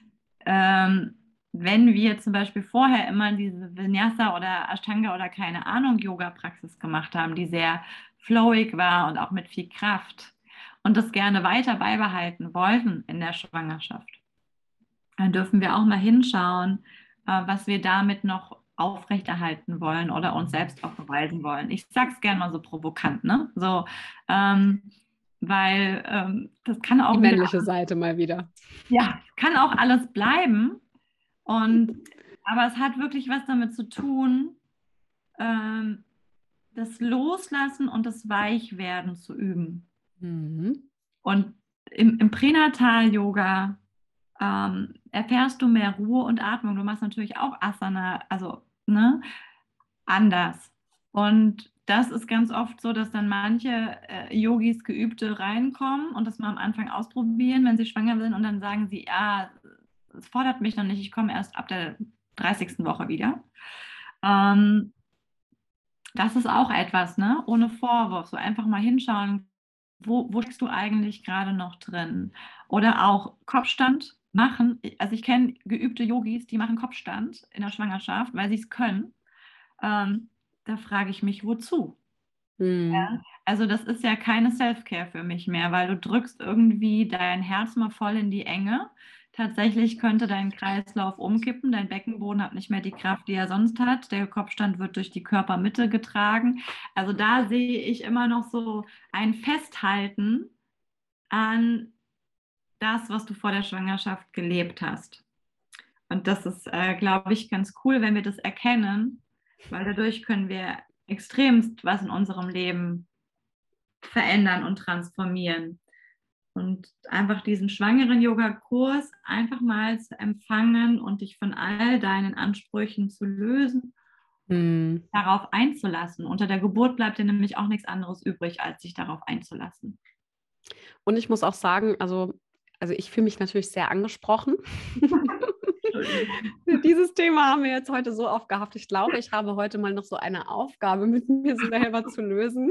ähm, wenn wir zum Beispiel vorher immer diese Vinyasa oder Ashtanga oder keine Ahnung Yoga-Praxis gemacht haben, die sehr flowig war und auch mit viel Kraft und das gerne weiter beibehalten wollten in der Schwangerschaft, dann dürfen wir auch mal hinschauen, äh, was wir damit noch aufrechterhalten wollen oder uns selbst auch beweisen wollen. Ich sage es gerne mal so provokant, ne? So, ähm, weil ähm, das kann Die auch wieder, männliche Seite mal wieder. ja, kann auch alles bleiben. Und aber es hat wirklich was damit zu tun, ähm, das Loslassen und das Weichwerden zu üben. Mhm. Und im, im Pränatal-Yoga ähm, erfährst du mehr Ruhe und Atmung. Du machst natürlich auch Asana, also ne, anders. Und das ist ganz oft so, dass dann manche äh, Yogis, Geübte reinkommen und das mal am Anfang ausprobieren, wenn sie schwanger sind und dann sagen sie, ja, es fordert mich noch nicht, ich komme erst ab der dreißigsten Woche wieder. Ähm, Das ist auch etwas, ne? Ohne Vorwurf, so einfach mal hinschauen, wo, wo steckst du eigentlich gerade noch drin? Oder auch Kopfstand machen. Also ich kenne geübte Yogis, die machen Kopfstand in der Schwangerschaft, weil sie es können. Ähm, Da frage ich mich, wozu? Mhm. Also das ist ja keine Self-Care für mich mehr, weil du drückst irgendwie dein Herz mal voll in die Enge. Tatsächlich könnte dein Kreislauf umkippen, dein Beckenboden hat nicht mehr die Kraft, die er sonst hat. Der Kopfstand wird durch die Körpermitte getragen. Also da sehe ich immer noch so ein Festhalten an das, was du vor der Schwangerschaft gelebt hast. Und das ist, äh, glaube ich, ganz cool, wenn wir das erkennen, weil dadurch können wir extremst was in unserem Leben verändern und transformieren. Und einfach diesen schwangeren Yoga-Kurs einfach mal zu empfangen und dich von all deinen Ansprüchen zu lösen, Mhm. darauf einzulassen. Unter der Geburt bleibt dir nämlich auch nichts anderes übrig, als sich darauf einzulassen. Und ich muss auch sagen, also, also ich fühle mich natürlich sehr angesprochen. Entschuldigung. Dieses Thema haben wir jetzt heute so oft gehabt. Ich glaube, ich habe heute mal noch so eine Aufgabe mit mir selber zu lösen.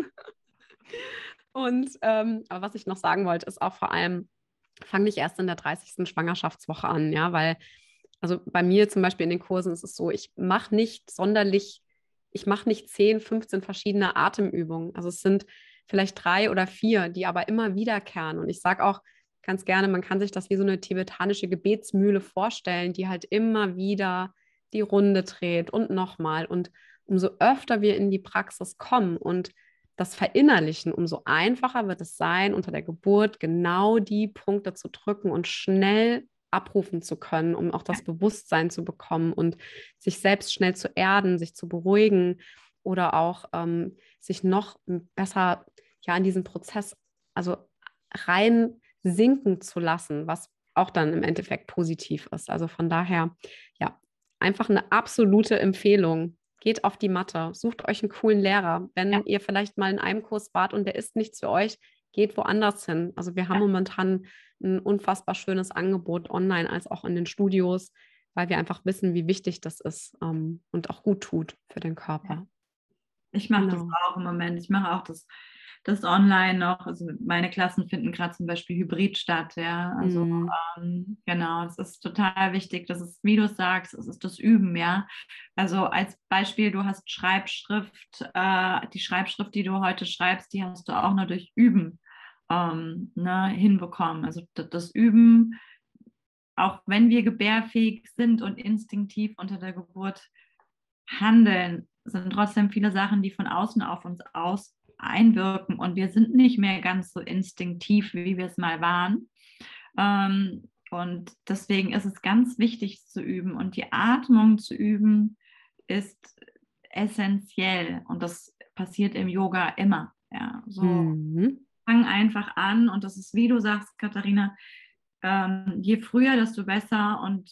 Und ähm, aber was ich noch sagen wollte, ist auch vor allem, fang nicht erst in der dreißigsten Schwangerschaftswoche an, ja, weil, also bei mir zum Beispiel in den Kursen ist es so, ich mache nicht sonderlich, ich mache nicht zehn, fünfzehn verschiedene Atemübungen. Also es sind vielleicht drei oder vier, die aber immer wiederkehren. Und ich sage auch ganz gerne, man kann sich das wie so eine tibetanische Gebetsmühle vorstellen, die halt immer wieder die Runde dreht und nochmal. Und umso öfter wir in die Praxis kommen und das verinnerlichen, umso einfacher wird es sein, unter der Geburt genau die Punkte zu drücken und schnell abrufen zu können, um auch das Bewusstsein zu bekommen und sich selbst schnell zu erden, sich zu beruhigen oder auch ähm, sich noch besser ja in diesen Prozess also rein sinken zu lassen, was auch dann im Endeffekt positiv ist. Also von daher, ja, einfach eine absolute Empfehlung. Geht auf die Matte, sucht euch einen coolen Lehrer. Ja, Wenn ihr vielleicht mal in einem Kurs wart und der ist nichts für euch, geht woanders hin. Also wir haben ja, momentan ein unfassbar schönes Angebot online als auch in den Studios, weil wir einfach wissen, wie wichtig das ist ähm, und auch gut tut für den Körper. Ich mache Genau. das auch im Moment. Ich mache auch das, das online noch. Also meine Klassen finden gerade zum Beispiel hybrid statt. Ja, also Mhm. ähm, genau, es ist total wichtig. Das ist, wie du sagst, es ist das Üben. Ja, also als Beispiel, du hast Schreibschrift. Äh, die Schreibschrift, die du heute schreibst, die hast du auch nur durch Üben ähm, ne, hinbekommen. Also das, das Üben. Auch wenn wir gebärfähig sind und instinktiv unter der Geburt handeln, sind trotzdem viele Sachen, die von außen auf uns aus einwirken. Und wir sind nicht mehr ganz so instinktiv, wie wir es mal waren. Ähm, und deswegen ist es ganz wichtig zu üben. Und die Atmung zu üben ist essentiell. Und das passiert im Yoga immer. Ja, so Mhm. fang einfach an. Und das ist, wie du sagst, Katharina, Ähm, je früher, desto besser, und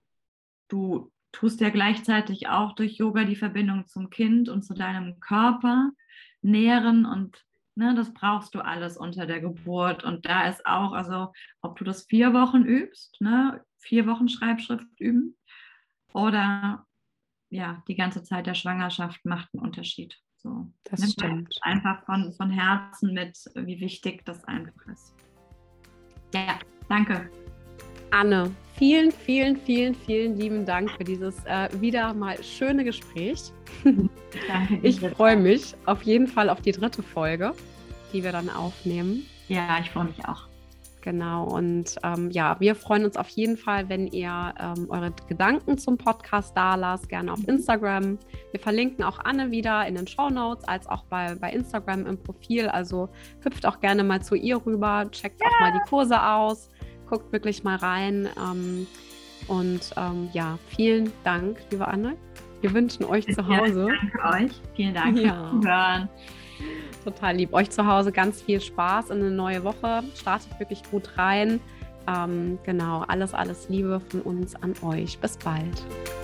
du tust ja gleichzeitig auch durch Yoga die Verbindung zum Kind und zu deinem Körper nähren, und ne, das brauchst du alles unter der Geburt. Und da ist auch, also ob du das vier Wochen übst, ne, vier Wochen Schreibschrift üben, oder ja, die ganze Zeit der Schwangerschaft macht einen Unterschied. So, Das nimm stimmt. einfach von, von Herzen mit, wie wichtig das einfach ist. Ja, danke. Anne, vielen, vielen, vielen, vielen lieben Dank für dieses äh, wieder mal schöne Gespräch. Danke. Ich freue mich auf jeden Fall auf die dritte Folge, die wir dann aufnehmen. Ja, ich freue mich auch. Genau, und ähm, ja, wir freuen uns auf jeden Fall, wenn ihr ähm, eure Gedanken zum Podcast da lasst, gerne auf Instagram. Wir verlinken auch Anne wieder in den Shownotes, als auch bei, bei Instagram im Profil. Also hüpft auch gerne mal zu ihr rüber, checkt ja. auch mal die Kurse aus, guckt wirklich mal rein. Ähm, und ähm, ja, vielen Dank, liebe Anne. Wir wünschen euch zu Hause. Ja, danke euch. Vielen Dank ja. fürs Zuhören. Total lieb. Euch zu Hause ganz viel Spaß in eine neue Woche. Startet wirklich gut rein. Ähm, genau, alles, alles Liebe von uns an euch. Bis bald.